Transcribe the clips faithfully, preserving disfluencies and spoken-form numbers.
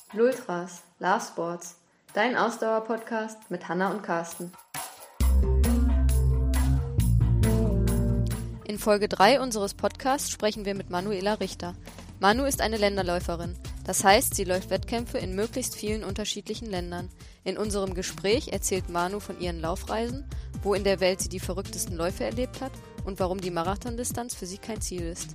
Lultras, Love Sports, dein Ausdauer-Podcast mit Hanna und Carsten. In Folge drei unseres Podcasts sprechen wir mit Manuela Richter. Manu ist eine Länderläuferin. Das heißt, sie läuft Wettkämpfe in möglichst vielen unterschiedlichen Ländern. In unserem Gespräch erzählt Manu von ihren Laufreisen, wo in der Welt sie die verrücktesten Läufe erlebt hat und warum die Marathondistanz für sie kein Ziel ist.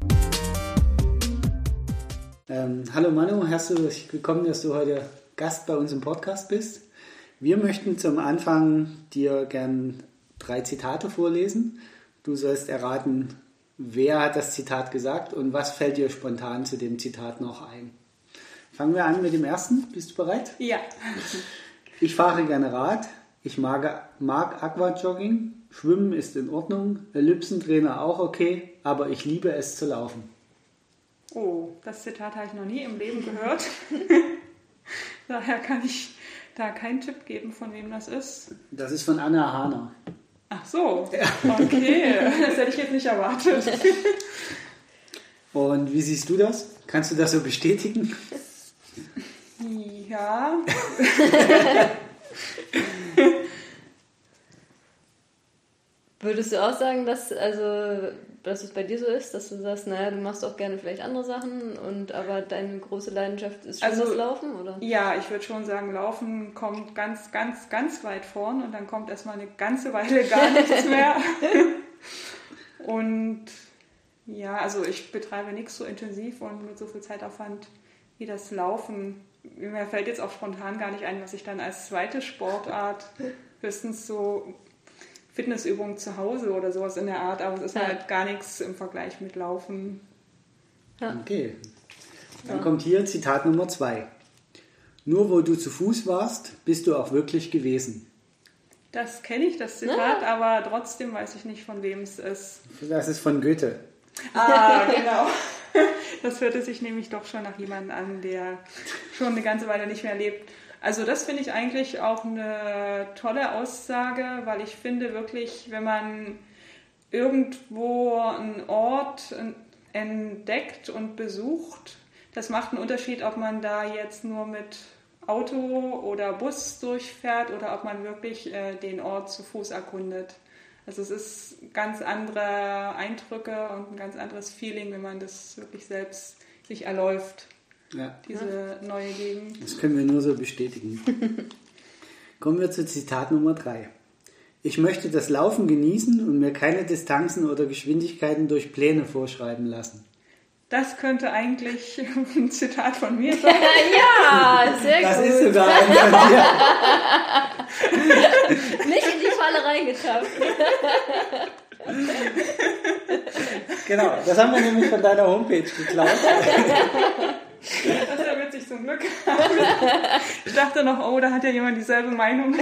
Ähm, hallo Manu, herzlich willkommen, dass du heute Gast bei uns im Podcast bist. Wir möchten zum Anfang dir gern drei Zitate vorlesen. Du sollst erraten, wer hat das Zitat gesagt und was fällt dir spontan zu dem Zitat noch ein. Fangen wir an mit dem ersten. Bist du bereit? Ja. Ich fahre gerne Rad, ich mag, mag Aquajogging, Schwimmen ist in Ordnung, Ellipsentrainer auch okay, aber ich liebe es zu laufen. Oh, das Zitat habe ich noch nie im Leben gehört. Daher kann ich da keinen Tipp geben, von wem das ist. Das ist von Anna Hahner. Ach so, okay, das hätte ich jetzt nicht erwartet. Und wie siehst du das? Kannst du das so bestätigen? Ja. Würdest du auch sagen, dass, also, dass es bei dir so ist, dass du sagst, naja, du machst auch gerne vielleicht andere Sachen, und aber deine große Leidenschaft ist schon Also, das Laufen, oder? Ja, ich würde schon sagen, Laufen kommt ganz, ganz, ganz weit vorn und dann kommt erstmal eine ganze Weile gar nichts mehr. Und ja, also ich betreibe nichts so intensiv und mit so viel Zeitaufwand wie das Laufen. Mir fällt jetzt auch spontan gar nicht ein, was ich dann als zweite Sportart, höchstens so Fitnessübungen zu Hause oder sowas in der Art, aber es ist ja. halt gar nichts im Vergleich mit Laufen. Ja. Okay. Dann ja. kommt hier Zitat Nummer zwei. Nur wo du zu Fuß warst, bist du auch wirklich gewesen. Das kenne ich, das Zitat, ja. aber trotzdem weiß ich nicht, von wem es ist. Das ist von Goethe. Ah, genau. Das hörte sich nämlich doch schon nach jemandem an, der schon eine ganze Weile nicht mehr lebt. Also das finde ich eigentlich auch eine tolle Aussage, weil ich finde wirklich, wenn man irgendwo einen Ort entdeckt und besucht, das macht einen Unterschied, ob man da jetzt nur mit Auto oder Bus durchfährt oder ob man wirklich äh, den Ort zu Fuß erkundet. Also es ist ganz andere Eindrücke und ein ganz anderes Feeling, wenn man das wirklich selbst sich erläuft. Ja. Diese neue Gegend. Das können wir nur so bestätigen. Kommen wir zu Zitat Nummer drei. Ich möchte das Laufen genießen und mir keine Distanzen oder Geschwindigkeiten durch Pläne vorschreiben lassen. Das könnte eigentlich ein Zitat von mir sein. Ja, sehr das gut. Das ist sogar ein von dir. Nicht in die Falle reingetappt. Genau, das haben wir nämlich von deiner Homepage geklaut. Das ist ja witzig, zum Glück. Ich dachte noch, oh, da hat ja jemand dieselbe Meinung.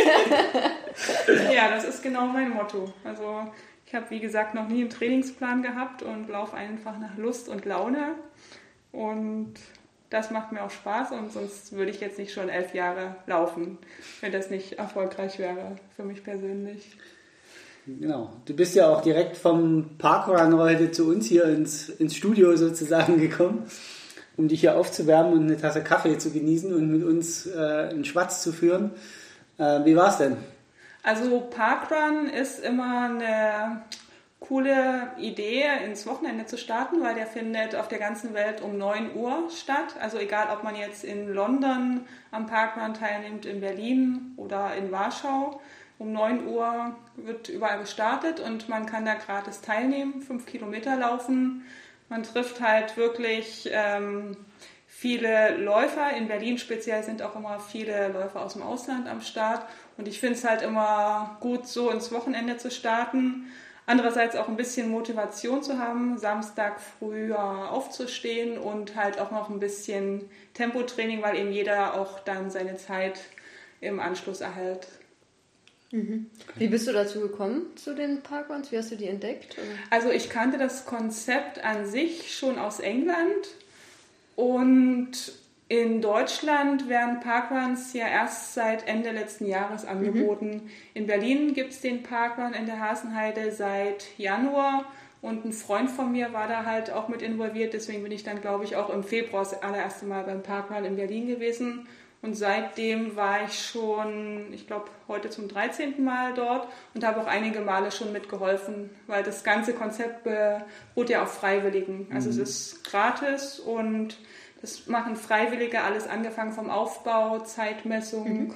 Ja, das ist genau mein Motto. Also ich habe, wie gesagt, noch nie einen Trainingsplan gehabt und laufe einfach nach Lust und Laune. Und das macht mir auch Spaß und sonst würde ich jetzt nicht schon elf Jahre laufen, wenn das nicht erfolgreich wäre für mich persönlich. Genau. Du bist ja auch direkt vom Parkrun heute zu uns hier ins, ins Studio sozusagen gekommen, um dich hier aufzuwärmen und eine Tasse Kaffee zu genießen und mit uns äh, einen Schwatz zu führen. Äh, wie war's denn? Also Parkrun ist immer eine coole Idee, ins Wochenende zu starten, weil der findet auf der ganzen Welt um neun Uhr statt. Also egal, ob man jetzt in London am Parkrun teilnimmt, in Berlin oder in Warschau. Um neun Uhr wird überall gestartet und man kann da gratis teilnehmen, fünf Kilometer laufen. Man trifft halt wirklich ähm, viele Läufer. In Berlin speziell sind auch immer viele Läufer aus dem Ausland am Start. Und ich finde es halt immer gut, so ins Wochenende zu starten. Andererseits auch ein bisschen Motivation zu haben, Samstag früher aufzustehen und halt auch noch ein bisschen Tempotraining, weil eben jeder auch dann seine Zeit im Anschluss erhält. Mhm. Wie bist du dazu gekommen, zu den Parkruns? Wie hast du die entdeckt? Oder? Also ich kannte das Konzept an sich schon aus England und in Deutschland werden Parkruns ja erst seit Ende letzten Jahres angeboten. Mhm. In Berlin gibt es den Parkrun in der Hasenheide seit Januar Und ein Freund von mir war da halt auch mit involviert. Deswegen bin ich dann, glaube ich, auch im Februar das allererste Mal beim Parkrun in Berlin gewesen. Und seitdem war ich schon, ich glaube, heute zum dreizehnten Mal dort und habe auch einige Male schon mitgeholfen, weil das ganze Konzept beruht ja auf Freiwilligen. Also mhm. es ist gratis und das machen Freiwillige, alles angefangen vom Aufbau, Zeitmessung. Mhm.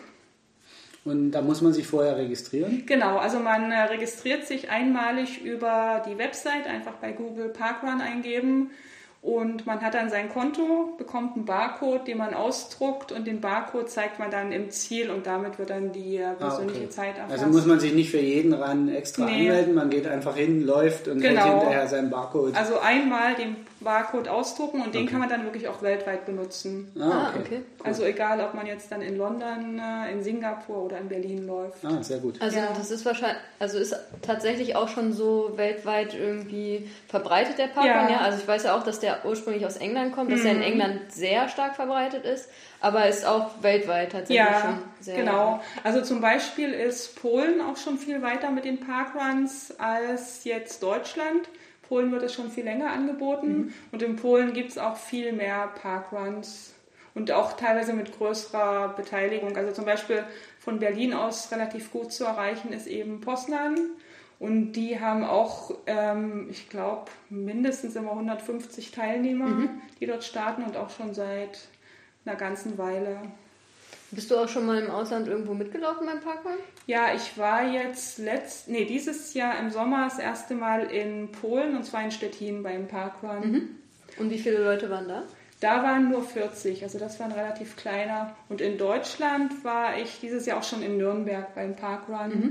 Und da muss man sich vorher registrieren? Genau, also man registriert sich einmalig über die Website, einfach bei Google Parkrun eingeben. Und man hat dann sein Konto, bekommt einen Barcode, den man ausdruckt und den Barcode zeigt man dann im Ziel und damit wird dann die persönliche ah, okay. Zeit erfasst. Also muss man sich nicht für jeden Run extra nee. anmelden, man geht einfach hin, läuft und genau. hält hinterher seinen Barcode. Also einmal den Barcode ausdrucken und den okay. kann man dann wirklich auch weltweit benutzen. Ah, okay. okay. Cool. Also egal, ob man jetzt dann in London, in Singapur oder in Berlin läuft. Ah, sehr gut. Also ja. das ist wahrscheinlich, also ist tatsächlich auch schon so weltweit irgendwie verbreitet, der Parkrun, ja. ja. Also ich weiß ja auch, dass der ursprünglich aus England kommt, dass mhm. er in England sehr stark verbreitet ist, aber ist auch weltweit tatsächlich ja, schon sehr genau. Also zum Beispiel ist Polen auch schon viel weiter mit den Parkruns als jetzt Deutschland. Polen wird es schon viel länger angeboten mhm. und in Polen gibt es auch viel mehr Parkruns und auch teilweise mit größerer Beteiligung. Also zum Beispiel von Berlin aus relativ gut zu erreichen ist eben Poznan und die haben auch, ähm, ich glaube, mindestens immer hundertfünfzig Teilnehmer, mhm. die dort starten und auch schon seit einer ganzen Weile. Bist du auch schon mal im Ausland irgendwo mitgelaufen beim Parkrun? Ja, ich war jetzt letzt, nee, dieses Jahr im Sommer das erste Mal in Polen und zwar in Stettin beim Parkrun. Mhm. Und wie viele Leute waren da? Da waren nur vierzig, also das war ein relativ kleiner. Und in Deutschland war ich dieses Jahr auch schon in Nürnberg beim Parkrun. Mhm.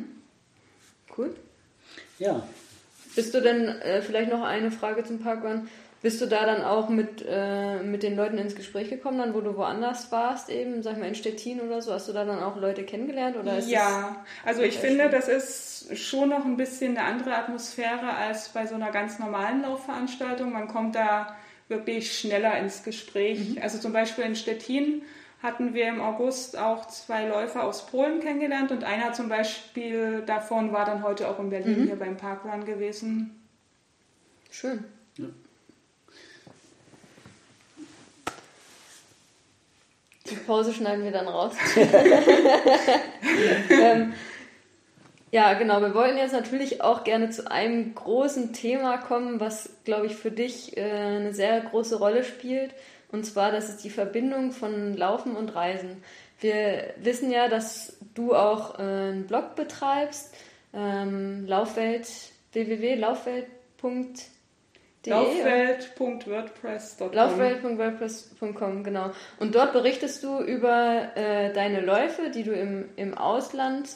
Cool. Ja. Bist du denn, äh, vielleicht noch eine Frage zum Parkrun, bist du da dann auch mit, äh, mit den Leuten ins Gespräch gekommen, dann wo du woanders warst, eben, sag ich mal in Stettin oder so? Hast du da dann auch Leute kennengelernt? Oder ist ja, also ich finde, das ist schon noch ein bisschen eine andere Atmosphäre als bei so einer ganz normalen Laufveranstaltung. Man kommt da wirklich schneller ins Gespräch. Mhm. Also zum Beispiel in Stettin hatten wir im August auch zwei Läufer aus Polen kennengelernt und einer zum Beispiel davon war dann heute auch in Berlin mhm. hier beim Parkrun gewesen. Schön. Ja. Die Pause schneiden wir dann raus. ähm, ja, genau. Wir wollten jetzt natürlich auch gerne zu einem großen Thema kommen, was, glaube ich, für dich äh, eine sehr große Rolle spielt. Und zwar, das ist die Verbindung von Laufen und Reisen. Wir wissen ja, dass du auch äh, einen Blog betreibst, ähm, Laufwelt, w w w punkt laufwelt punkt de. Laufwelt Punkt wordpress Punkt com. Laufwelt Punkt wordpress Punkt com, genau. Und dort berichtest du über äh, deine Läufe, die du im, im Ausland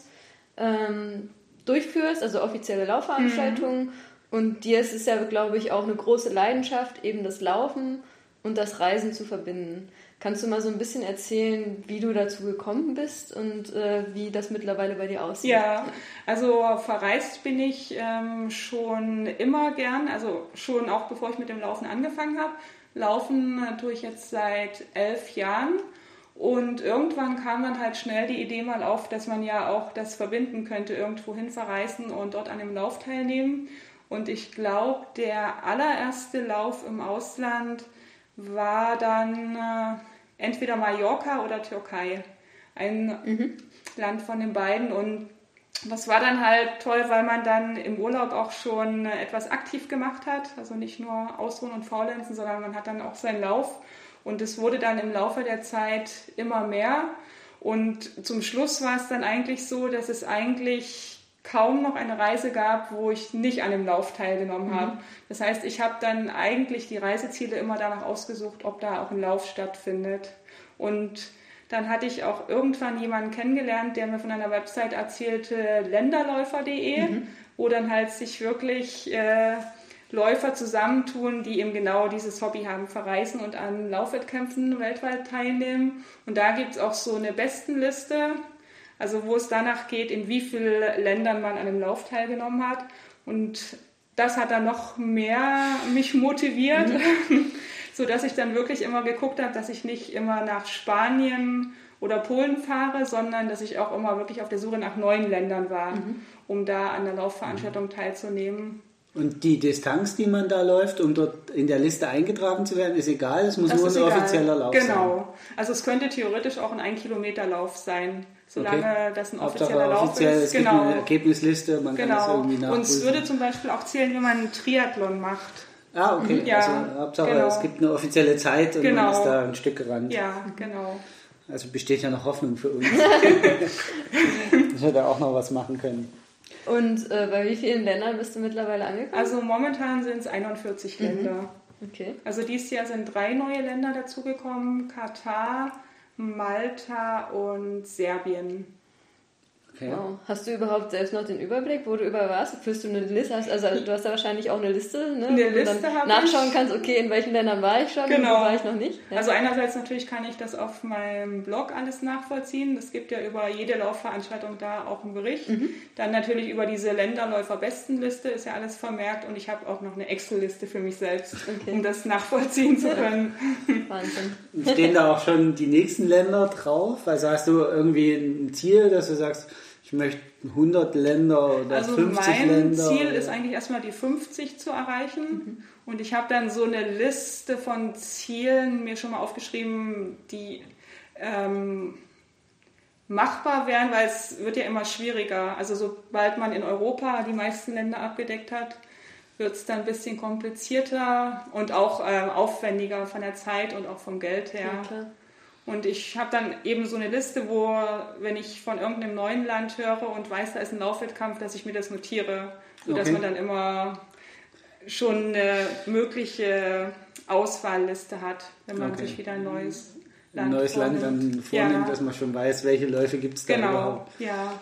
ähm, durchführst, also offizielle Laufveranstaltungen. Mhm. Und dir ist es ja, glaube ich, auch eine große Leidenschaft, eben das Laufen und das Reisen zu verbinden. Kannst du mal so ein bisschen erzählen, wie du dazu gekommen bist und äh, wie das mittlerweile bei dir aussieht? Ja, also verreist bin ich ähm, schon immer gern, also schon auch bevor ich mit dem Laufen angefangen habe. Laufen tue ich jetzt seit elf Jahren und irgendwann kam dann halt schnell die Idee mal auf, dass man ja auch das verbinden könnte, irgendwohin verreisen und dort an dem Lauf teilnehmen. Und ich glaube, der allererste Lauf im Ausland war dann äh, entweder Mallorca oder Türkei, ein mhm. Land von den beiden. Und das war dann halt toll, weil man dann im Urlaub auch schon äh, etwas aktiv gemacht hat, also nicht nur ausruhen und faulenzen, sondern man hat dann auch seinen Lauf. Und es wurde dann im Laufe der Zeit immer mehr. Und zum Schluss war es dann eigentlich so, dass es eigentlich kaum noch eine Reise gab, wo ich nicht an dem Lauf teilgenommen mhm. habe. Das heißt, ich habe dann eigentlich die Reiseziele immer danach ausgesucht, ob da auch ein Lauf stattfindet. Und dann hatte ich auch irgendwann jemanden kennengelernt, der mir von einer Website erzählte, länderläufer punkt de, mhm. wo dann halt sich wirklich äh, Läufer zusammentun, die eben genau dieses Hobby haben, verreisen und an Laufwettkämpfen weltweit teilnehmen. Und da gibt es auch so eine Bestenliste, also wo es danach geht, in wie vielen Ländern man an dem Lauf teilgenommen hat. Und das hat dann noch mehr mich motiviert, mhm. sodass ich dann wirklich immer geguckt habe, dass ich nicht immer nach Spanien oder Polen fahre, sondern dass ich auch immer wirklich auf der Suche nach neuen Ländern war, mhm. um da an der Laufveranstaltung teilzunehmen. Und die Distanz, die man da läuft, um dort in der Liste eingetragen zu werden, ist egal, es muss das nur ein egal. offizieller Lauf genau. sein. Genau. Also es könnte theoretisch auch ein ein-Kilometer-Lauf sein, solange okay. das ein offizieller Hauptsache Lauf offiziell, ist. Es genau. gibt eine Ergebnisliste, man genau. kann das irgendwie nachprüfen. Und es würde zum Beispiel auch zählen, wenn man einen Triathlon macht. Ah, okay. Ja, also Hauptsache genau. es gibt eine offizielle Zeit und genau. man ist da ein Stück gerannt. Ja, genau. Also besteht ja noch Hoffnung für uns. dass wir da auch noch was machen können. Und äh, bei wie vielen Ländern bist du mittlerweile angekommen? Also momentan sind es einundvierzig mhm. Länder. Okay. Also dieses Jahr sind drei neue Länder dazugekommen. Katar, Malta und Serbien. Okay. Wow. Hast du überhaupt selbst noch den Überblick, wo du über warst? Führst du eine Liste? Hast, also du hast da wahrscheinlich auch eine Liste, ne? Eine wo Liste du dann habe nachschauen ich. kannst, okay, in welchen Ländern war ich schon genau. und wo war ich noch nicht? Ja. Also einerseits natürlich kann ich das auf meinem Blog alles nachvollziehen. Es gibt ja über jede Laufveranstaltung da auch einen Bericht. Mhm. Dann natürlich über diese Länderläufer-Bestenliste ist ja alles vermerkt und ich habe auch noch eine Excel-Liste für mich selbst, okay. um das nachvollziehen zu können. Wahnsinn. Stehen da auch schon die nächsten Länder drauf? Also hast du irgendwie ein Ziel, dass du sagst, ich möchte hundert Länder oder also fünfzig mein Länder? Ziel oder? ist eigentlich erstmal die fünfzig zu erreichen. Mhm. Und ich habe dann so eine Liste von Zielen mir schon mal aufgeschrieben, die ähm, machbar wären, weil es wird ja immer schwieriger. Also sobald man in Europa die meisten Länder abgedeckt hat, wird es dann ein bisschen komplizierter und auch äh, aufwendiger von der Zeit und auch vom Geld her. Ja, klar. Und ich habe dann eben so eine Liste, wo, wenn ich von irgendeinem neuen Land höre und weiß, da ist ein Laufwettkampf, dass ich mir das notiere, sodass okay. man dann immer schon eine mögliche Auswahlliste hat, wenn man okay. sich wieder ein neues Land ein neues vornimmt. Land dann vornimmt, ja. dass man schon weiß, welche Läufe gibt es da genau. überhaupt. Ja.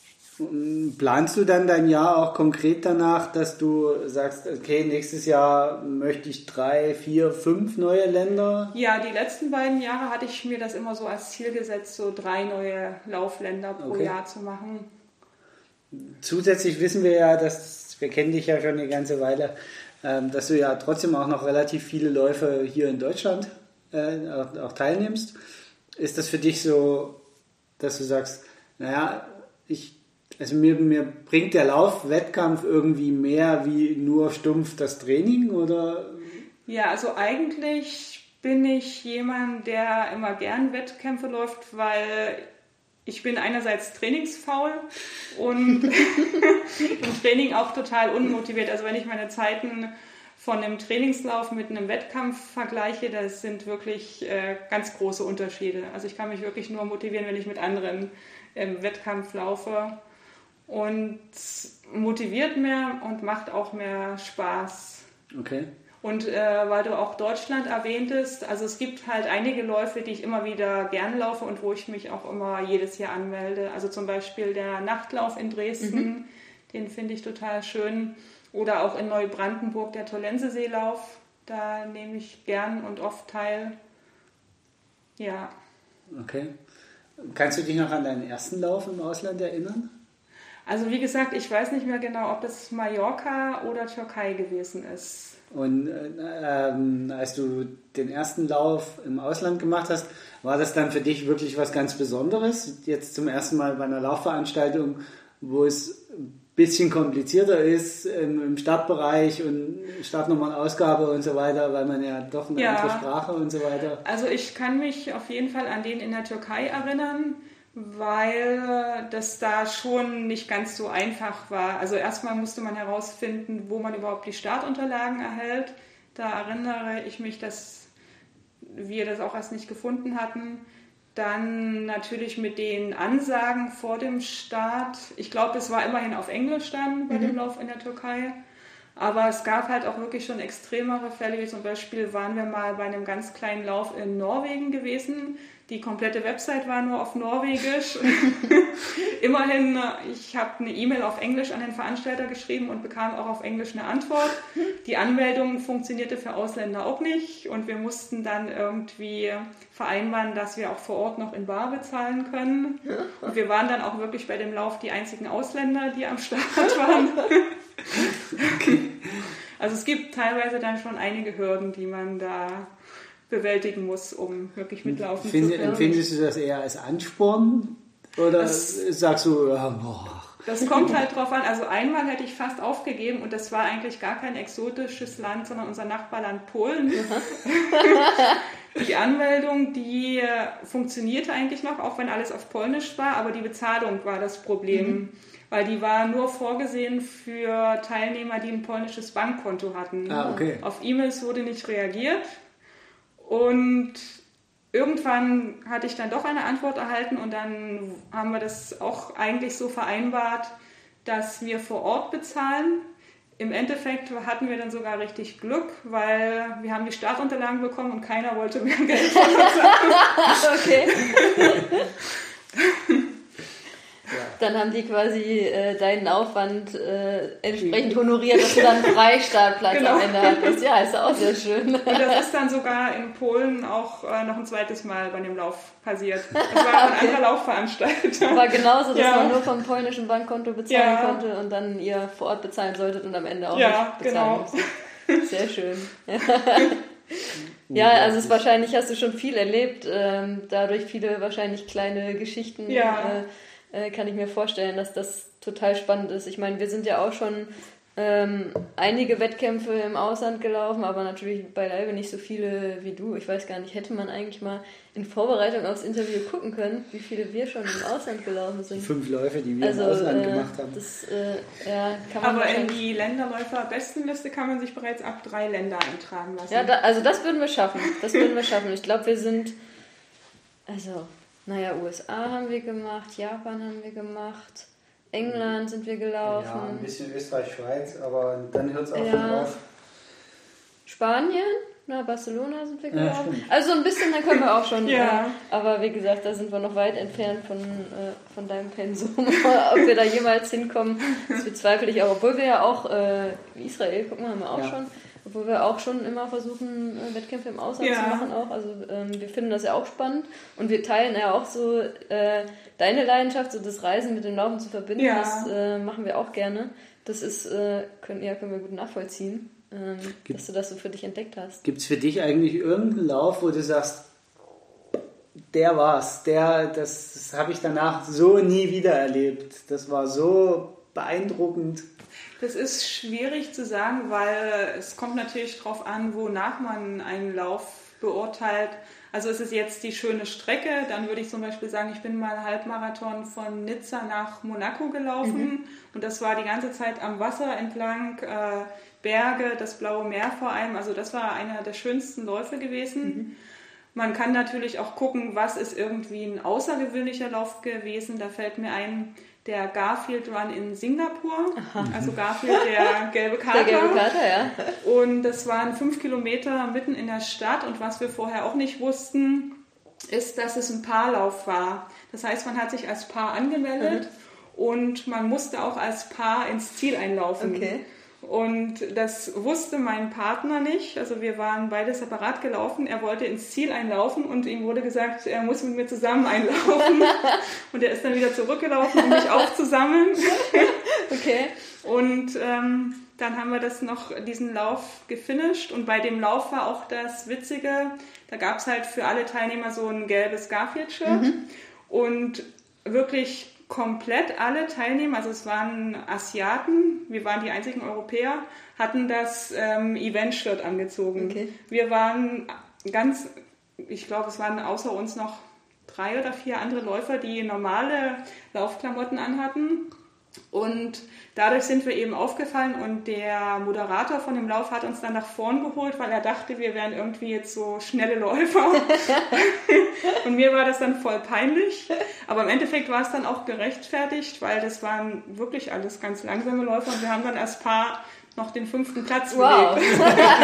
Planst du dann dein Jahr auch konkret danach, dass du sagst, okay, nächstes Jahr möchte ich drei, vier, fünf neue Länder? Ja, die letzten beiden Jahre hatte ich mir das immer so als Ziel gesetzt, so drei neue Laufländer pro okay. Jahr zu machen. Zusätzlich wissen wir ja, dass, wir kennen dich ja schon eine ganze Weile, dass du ja trotzdem auch noch relativ viele Läufe hier in Deutschland äh, auch, auch teilnimmst. Ist das für dich so, dass du sagst, naja, ich Also mir, mir bringt der Laufwettkampf irgendwie mehr wie nur stumpf das Training, oder? Ja, also eigentlich bin ich jemand, der immer gern Wettkämpfe läuft, weil ich bin einerseits trainingsfaul und im Training auch total unmotiviert. Also wenn ich meine Zeiten von einem Trainingslauf mit einem Wettkampf vergleiche, das sind wirklich äh, ganz große Unterschiede. Also ich kann mich wirklich nur motivieren, wenn ich mit anderen im Wettkampf laufe. Und motiviert mehr und macht auch mehr Spaß. Okay. Und äh, weil du auch Deutschland erwähntest, also es gibt halt einige Läufe, die ich immer wieder gerne laufe und wo ich mich auch immer jedes Jahr anmelde. Also zum Beispiel der Nachtlauf in Dresden, mhm. den finde ich total schön. Oder auch in Neubrandenburg der Tollenseseelauf, da nehme ich gern und oft teil. Ja. Okay. Kannst du dich noch an deinen ersten Lauf im Ausland erinnern? Also wie gesagt, ich weiß nicht mehr genau, ob das Mallorca oder Türkei gewesen ist. Und ähm, als du den ersten Lauf im Ausland gemacht hast, war das dann für dich wirklich was ganz Besonderes? Jetzt zum ersten Mal bei einer Laufveranstaltung, wo es ein bisschen komplizierter ist im, im Startbereich und Startnummernausgabe und so weiter, weil man ja doch eine ja. andere Sprache und so weiter. Also ich kann mich auf jeden Fall an den in der Türkei erinnern, weil das da schon nicht ganz so einfach war. Also erstmal musste man herausfinden, wo man überhaupt die Startunterlagen erhält. Da erinnere ich mich, dass wir das auch erst nicht gefunden hatten. Dann natürlich mit den Ansagen vor dem Start. Ich glaube, es war immerhin auf Englisch dann bei mhm. dem Lauf in der Türkei. Aber es gab halt auch wirklich schon extremere Fälle. Wie zum Beispiel waren wir mal bei einem ganz kleinen Lauf in Norwegen gewesen. Die komplette Website war nur auf Norwegisch. Immerhin, ich habe eine E-Mail auf Englisch an den Veranstalter geschrieben und bekam auch auf Englisch eine Antwort. Die Anmeldung funktionierte für Ausländer auch nicht und wir mussten dann irgendwie vereinbaren, dass wir auch vor Ort noch in bar bezahlen können. Und wir waren dann auch wirklich bei dem Lauf die einzigen Ausländer, die am Start waren. Okay. Also es gibt teilweise dann schon einige Hürden, die man da bewältigen muss, um wirklich mitlaufen Find, zu können. Empfindest du das eher als Ansporn, Oder das, sagst du, ja, boah. Das kommt halt drauf an. Also einmal hätte ich fast aufgegeben und das war eigentlich gar kein exotisches Land, sondern unser Nachbarland Polen. Die Anmeldung, die funktionierte eigentlich noch, auch wenn alles auf Polnisch war, aber die Bezahlung war das Problem. Mhm. Weil die war nur vorgesehen für Teilnehmer, die ein polnisches Bankkonto hatten. Ah, okay. Auf E-Mails wurde nicht reagiert und irgendwann hatte ich dann doch eine Antwort erhalten und dann haben wir das auch eigentlich so vereinbart, dass wir vor Ort bezahlen. Im Endeffekt hatten wir dann sogar richtig Glück, weil wir haben die Startunterlagen bekommen und keiner wollte mehr Geld von uns haben. Okay. Dann haben die quasi äh, deinen Aufwand äh, entsprechend honoriert, dass du dann einen Freistartplatz genau. am Ende hattest. Ja, ist auch sehr schön. Und das ist dann sogar in Polen auch äh, noch ein zweites Mal bei dem Lauf passiert. Das war ein okay. anderer Laufveranstalter. War genauso, dass ja. man nur vom polnischen Bankkonto bezahlen ja. konnte und dann ihr vor Ort bezahlen solltet und am Ende auch ja, nicht bezahlen genau. musstet. Sehr schön. Ja, also es wahrscheinlich hast du schon viel erlebt, ähm, dadurch viele wahrscheinlich kleine Geschichten. Ja. Äh, kann ich mir vorstellen, dass das total spannend ist. Ich meine, wir sind ja auch schon ähm, einige Wettkämpfe im Ausland gelaufen, aber natürlich beileibe nicht so viele wie du. Ich weiß gar nicht, hätte man eigentlich mal in Vorbereitung aufs Interview gucken können, wie viele wir schon im Ausland gelaufen sind. Die fünf Läufe, die wir also, im Ausland äh, gemacht haben. Das, äh, ja, kann man aber in die Länderläufer-Bestenliste kann man sich bereits ab drei Länder eintragen lassen. Ja, da, also das würden wir schaffen. Das würden wir schaffen. Ich glaube, wir sind... also Naja, U S A haben wir gemacht, Japan haben wir gemacht, England sind wir gelaufen. Ja, ein bisschen Österreich, Schweiz, aber dann hört es auch ja. schon auf. Spanien, na, Barcelona sind wir gelaufen. Ja, also so ein bisschen, dann können wir auch schon. ja. äh, aber wie gesagt, da sind wir noch weit entfernt von, äh, von deinem Pensum. Ob wir da jemals hinkommen, das bezweifle ich auch. Obwohl wir ja auch, äh, Israel, gucken wir, haben wir auch ja. schon. Obwohl wir auch schon immer versuchen, Wettkämpfe im Ausland ja. zu machen auch. Also ähm, wir finden das ja auch spannend. Und wir teilen ja auch so äh, deine Leidenschaft, so das Reisen mit dem Laufen zu verbinden. Ja. Das äh, machen wir auch gerne. Das ist, äh, können, ja, können wir gut nachvollziehen, ähm, dass du das so für dich entdeckt hast. Gibt es für dich eigentlich irgendeinen Lauf, wo du sagst, der war's, der, das, das habe ich danach so nie wieder erlebt. Das war so beeindruckend. Das ist schwierig zu sagen, weil es kommt natürlich darauf an, wonach man einen Lauf beurteilt. Also ist es jetzt die schöne Strecke, dann würde ich zum Beispiel sagen, ich bin mal Halbmarathon von Nizza nach Monaco gelaufen mhm. und das war die ganze Zeit am Wasser entlang, äh, Berge, das Blaue Meer vor allem. Also das war einer der schönsten Läufe gewesen. Mhm. Man kann natürlich auch gucken, was ist irgendwie ein außergewöhnlicher Lauf gewesen. Da fällt mir ein, der Garfield Run in Singapur, Aha. also Garfield, der gelbe Kater. Der gelbe Kater, ja. Und das waren fünf Kilometer mitten in der Stadt und was wir vorher auch nicht wussten, ist, dass es ein Paarlauf war. Das heißt, man hat sich als Paar angemeldet mhm. und man musste auch als Paar ins Ziel einlaufen. Okay. Und das wusste mein Partner nicht. Also wir waren beide separat gelaufen. Er wollte ins Ziel einlaufen und ihm wurde gesagt, er muss mit mir zusammen einlaufen. Und er ist dann wieder zurückgelaufen, um mich aufzusammeln. Okay. Und ähm, dann haben wir das noch, diesen Lauf gefinisht. Und bei dem Lauf war auch das Witzige, da gab es halt für alle Teilnehmer so ein gelbes Garfield-Shirt. Mhm. Und wirklich komplett alle Teilnehmer, also es waren Asiaten, wir waren die einzigen Europäer, hatten das ähm, Event-Shirt angezogen. Okay. Wir waren ganz, ich glaube, es waren außer uns noch drei oder vier andere Läufer, die normale Laufklamotten anhatten. Und dadurch sind wir eben aufgefallen und der Moderator von dem Lauf hat uns dann nach vorn geholt, weil er dachte, wir wären irgendwie jetzt so schnelle Läufer. Und mir war das dann voll peinlich. Aber im Endeffekt war es dann auch gerechtfertigt, weil das waren wirklich alles ganz langsame Läufer und wir haben dann als Paar noch den fünften Platz wow. belegt.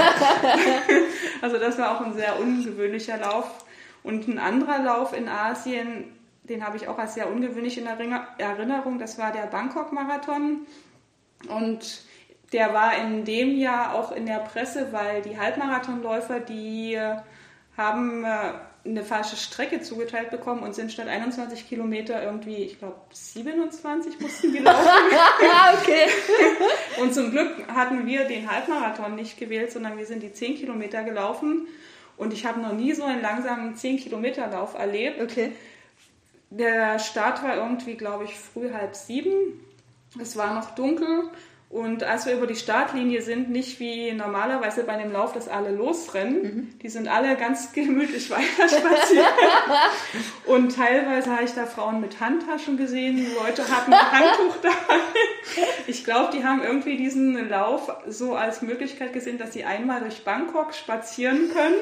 Also das war auch ein sehr ungewöhnlicher Lauf. Und ein anderer Lauf in Asien, den habe ich auch als sehr ungewöhnlich in Erinnerung. Das war der Bangkok-Marathon. Und der war in dem Jahr auch in der Presse, weil die Halbmarathonläufer, die haben eine falsche Strecke zugeteilt bekommen und sind statt einundzwanzig Kilometer irgendwie, ich glaube, siebenundzwanzig mussten die laufen. Okay. Und zum Glück hatten wir den Halbmarathon nicht gewählt, sondern wir sind die zehn Kilometer gelaufen. Und ich habe noch nie so einen langsamen zehn Kilometer Lauf erlebt. Okay. Der Start war irgendwie, glaube ich, früh halb sieben. Es war noch dunkel. Und als wir über die Startlinie sind, nicht wie normalerweise bei einem Lauf, dass alle losrennen, mhm. die sind alle ganz gemütlich weiter spazieren. Und teilweise habe ich da Frauen mit Handtaschen gesehen, Leute hatten ein Handtuch dabei. Ich glaube, die haben irgendwie diesen Lauf so als Möglichkeit gesehen, dass sie einmal durch Bangkok spazieren können.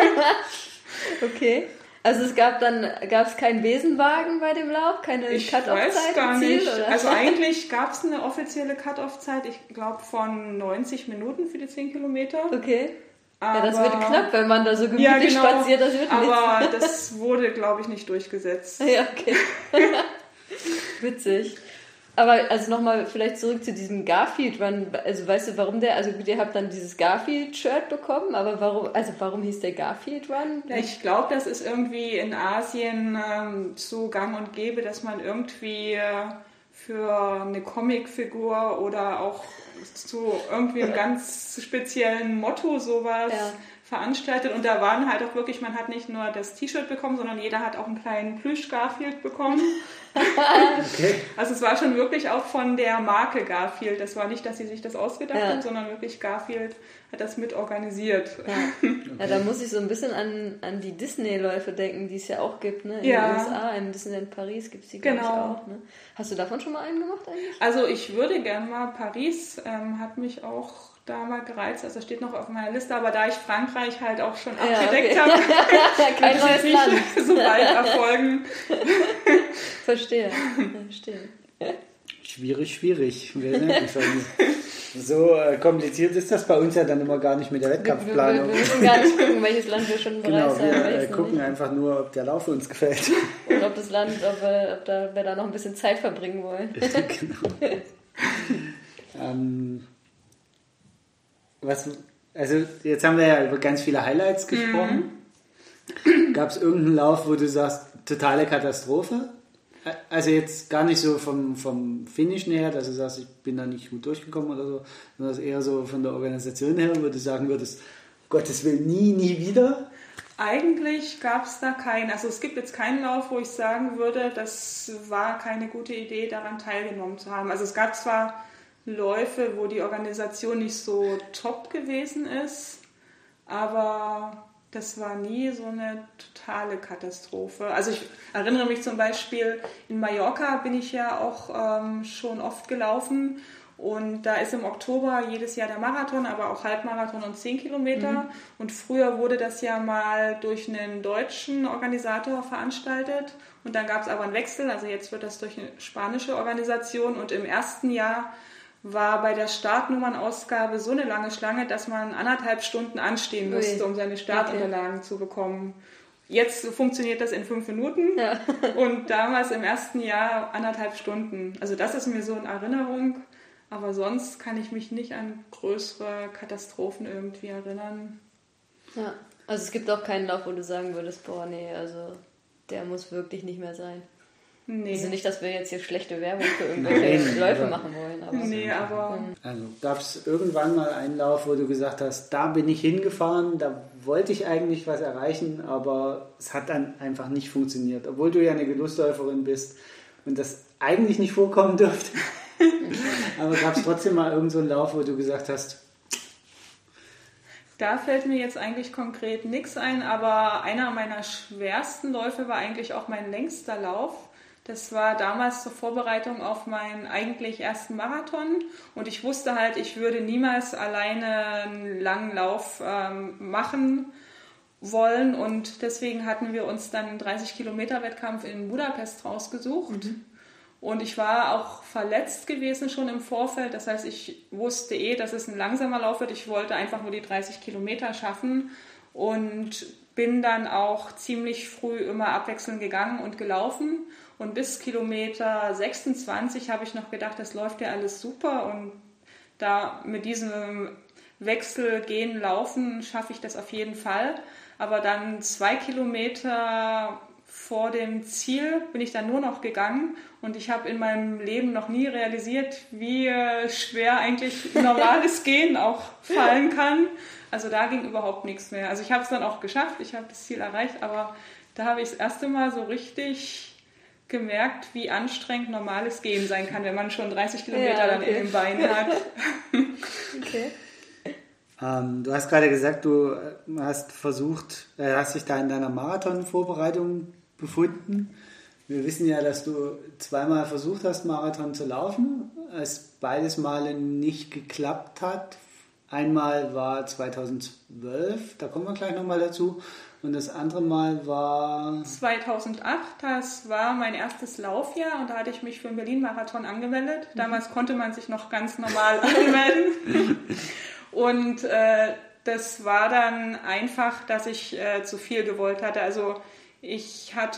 Okay. Also es gab dann, gab es keinen Besenwagen bei dem Lauf, keine Cut-Off-Zeit im Ziel? Oder? Also eigentlich gab es eine offizielle Cut-Off-Zeit, ich glaube von neunzig Minuten für die zehn Kilometer. Okay. Aber, ja, das wird knapp, wenn man da so gemütlich ja, genau, spaziert. Das wird aber nichts. Das wurde, glaube ich, nicht durchgesetzt. Ja, okay. Witzig. Aber also nochmal vielleicht zurück zu diesem Garfield-Run. Also weißt du, warum der, also ihr habt dann dieses Garfield-Shirt bekommen, aber warum, also warum hieß der Garfield-Run? Ja, ich glaube, das ist irgendwie in Asien ähm, so gang und gäbe, dass man irgendwie äh, für eine Comicfigur oder auch zu irgendwie einem ganz speziellen Motto sowas ja. veranstaltet. Und da waren halt auch wirklich, man hat nicht nur das T-Shirt bekommen, sondern jeder hat auch einen kleinen Plüsch-Garfield bekommen. Okay. Also es war schon wirklich auch von der Marke Garfield. Das war nicht, dass sie sich das ausgedacht ja. haben, sondern wirklich Garfield hat das mit organisiert. Ja, okay. Ja, da muss ich so ein bisschen an, an die Disney-Läufe denken, die es ja auch gibt. Ne? In ja. den U S A, in Disneyland Paris gibt es die, glaube genau. ich, auch. Ne? Hast du davon schon mal einen gemacht eigentlich? Also ich würde gerne mal, Paris ähm, hat mich auch da mal gereizt, also steht noch auf meiner Liste, aber da ich Frankreich halt auch schon ja, abgedeckt okay. habe, kein neues nicht Land. so bald erfolgen. Verstehe. Verstehe. Schwierig, schwierig. So äh, kompliziert ist das bei uns ja dann immer gar nicht mit der Wettkampfplanung. Wir, wir, wir müssen gar nicht gucken, welches Land wir schon bereist genau, haben. Wir äh, gucken nicht. einfach nur, ob der Lauf uns gefällt. Und ob das Land, ob wir, ob da, wir da noch ein bisschen Zeit verbringen wollen. Genau. ähm, was, also jetzt haben wir ja über ganz viele Highlights gesprochen. Mhm. Gab es irgendeinen Lauf, wo du sagst, totale Katastrophe? Also jetzt gar nicht so vom, vom Finishen her, dass du sagst, ich bin da nicht gut durchgekommen oder so, sondern eher so von der Organisation her, wo du sagen würdest, Gottes Willen, nie, nie wieder? Eigentlich gab es da keinen, also es gibt jetzt keinen Lauf, wo ich sagen würde, das war keine gute Idee, daran teilgenommen zu haben. Also es gab zwar Läufe, wo die Organisation nicht so top gewesen ist, aber das war nie so eine totale Katastrophe. Also ich erinnere mich zum Beispiel, in Mallorca bin ich ja auch ähm, schon oft gelaufen und da ist im Oktober jedes Jahr der Marathon, aber auch Halbmarathon und zehn Kilometer. Mhm. Und früher wurde das ja mal durch einen deutschen Organisator veranstaltet und dann gab es aber einen Wechsel, also jetzt wird das durch eine spanische Organisation und im ersten Jahr war bei der Startnummernausgabe so eine lange Schlange, dass man anderthalb Stunden anstehen musste, um seine Startunterlagen okay. zu bekommen. Jetzt funktioniert das in fünf Minuten ja. und damals im ersten Jahr anderthalb Stunden. Also das ist mir so in Erinnerung, aber sonst kann ich mich nicht an größere Katastrophen irgendwie erinnern. Ja, also es gibt auch keinen Lauf, wo du sagen würdest, boah nee, also der muss wirklich nicht mehr sein. Nee. Also nicht, dass wir jetzt hier schlechte Werbung für irgendwelche Nein, Läufe machen wollen. Aber nee, aber... Also gab es irgendwann mal einen Lauf, wo du gesagt hast, da bin ich hingefahren, da wollte ich eigentlich was erreichen, aber es hat dann einfach nicht funktioniert. Obwohl du ja eine Genussläuferin bist und das eigentlich nicht vorkommen dürfte. Aber gab es trotzdem mal irgend so einen Lauf, wo du gesagt hast... Da fällt mir jetzt eigentlich konkret nichts ein, aber einer meiner schwersten Läufe war eigentlich auch mein längster Lauf. Das war damals zur Vorbereitung auf meinen eigentlich ersten Marathon und ich wusste halt, ich würde niemals alleine einen langen Lauf ähm, machen wollen und deswegen hatten wir uns dann einen dreißig Kilometer Wettkampf in Budapest rausgesucht. Mhm. Und ich war auch verletzt gewesen schon im Vorfeld, das heißt, ich wusste eh, dass es ein langsamer Lauf wird. Ich wollte einfach nur die dreißig Kilometer schaffen und bin dann auch ziemlich früh immer abwechselnd gegangen und gelaufen. Und bis Kilometer sechsundzwanzig habe ich noch gedacht, das läuft ja alles super und da mit diesem Wechsel gehen, laufen schaffe ich das auf jeden Fall. Aber dann zwei Kilometer vor dem Ziel bin ich dann nur noch gegangen und ich habe in meinem Leben noch nie realisiert, wie schwer eigentlich normales Gehen auch fallen kann. Also da ging überhaupt nichts mehr. Also ich habe es dann auch geschafft, ich habe das Ziel erreicht, aber da habe ich das erste Mal so richtig gemerkt, wie anstrengend normales Gehen sein kann, wenn man schon dreißig Kilometer ja, okay. dann in den Beinen hat. Okay. Ähm, du hast gerade gesagt, du hast versucht, äh, hast dich da in deiner Marathonvorbereitung befunden. Wir wissen ja, dass du zweimal versucht hast, Marathon zu laufen, es beides Male nicht geklappt hat. Einmal war zweitausendzwölf, da kommen wir gleich nochmal dazu. Und das andere Mal war... zweitausendacht, das war mein erstes Laufjahr und da hatte ich mich für den Berlin-Marathon angemeldet. Damals konnte man sich noch ganz normal anmelden. Und äh, das war dann einfach, dass ich äh, zu viel gewollt hatte. Also ich hatte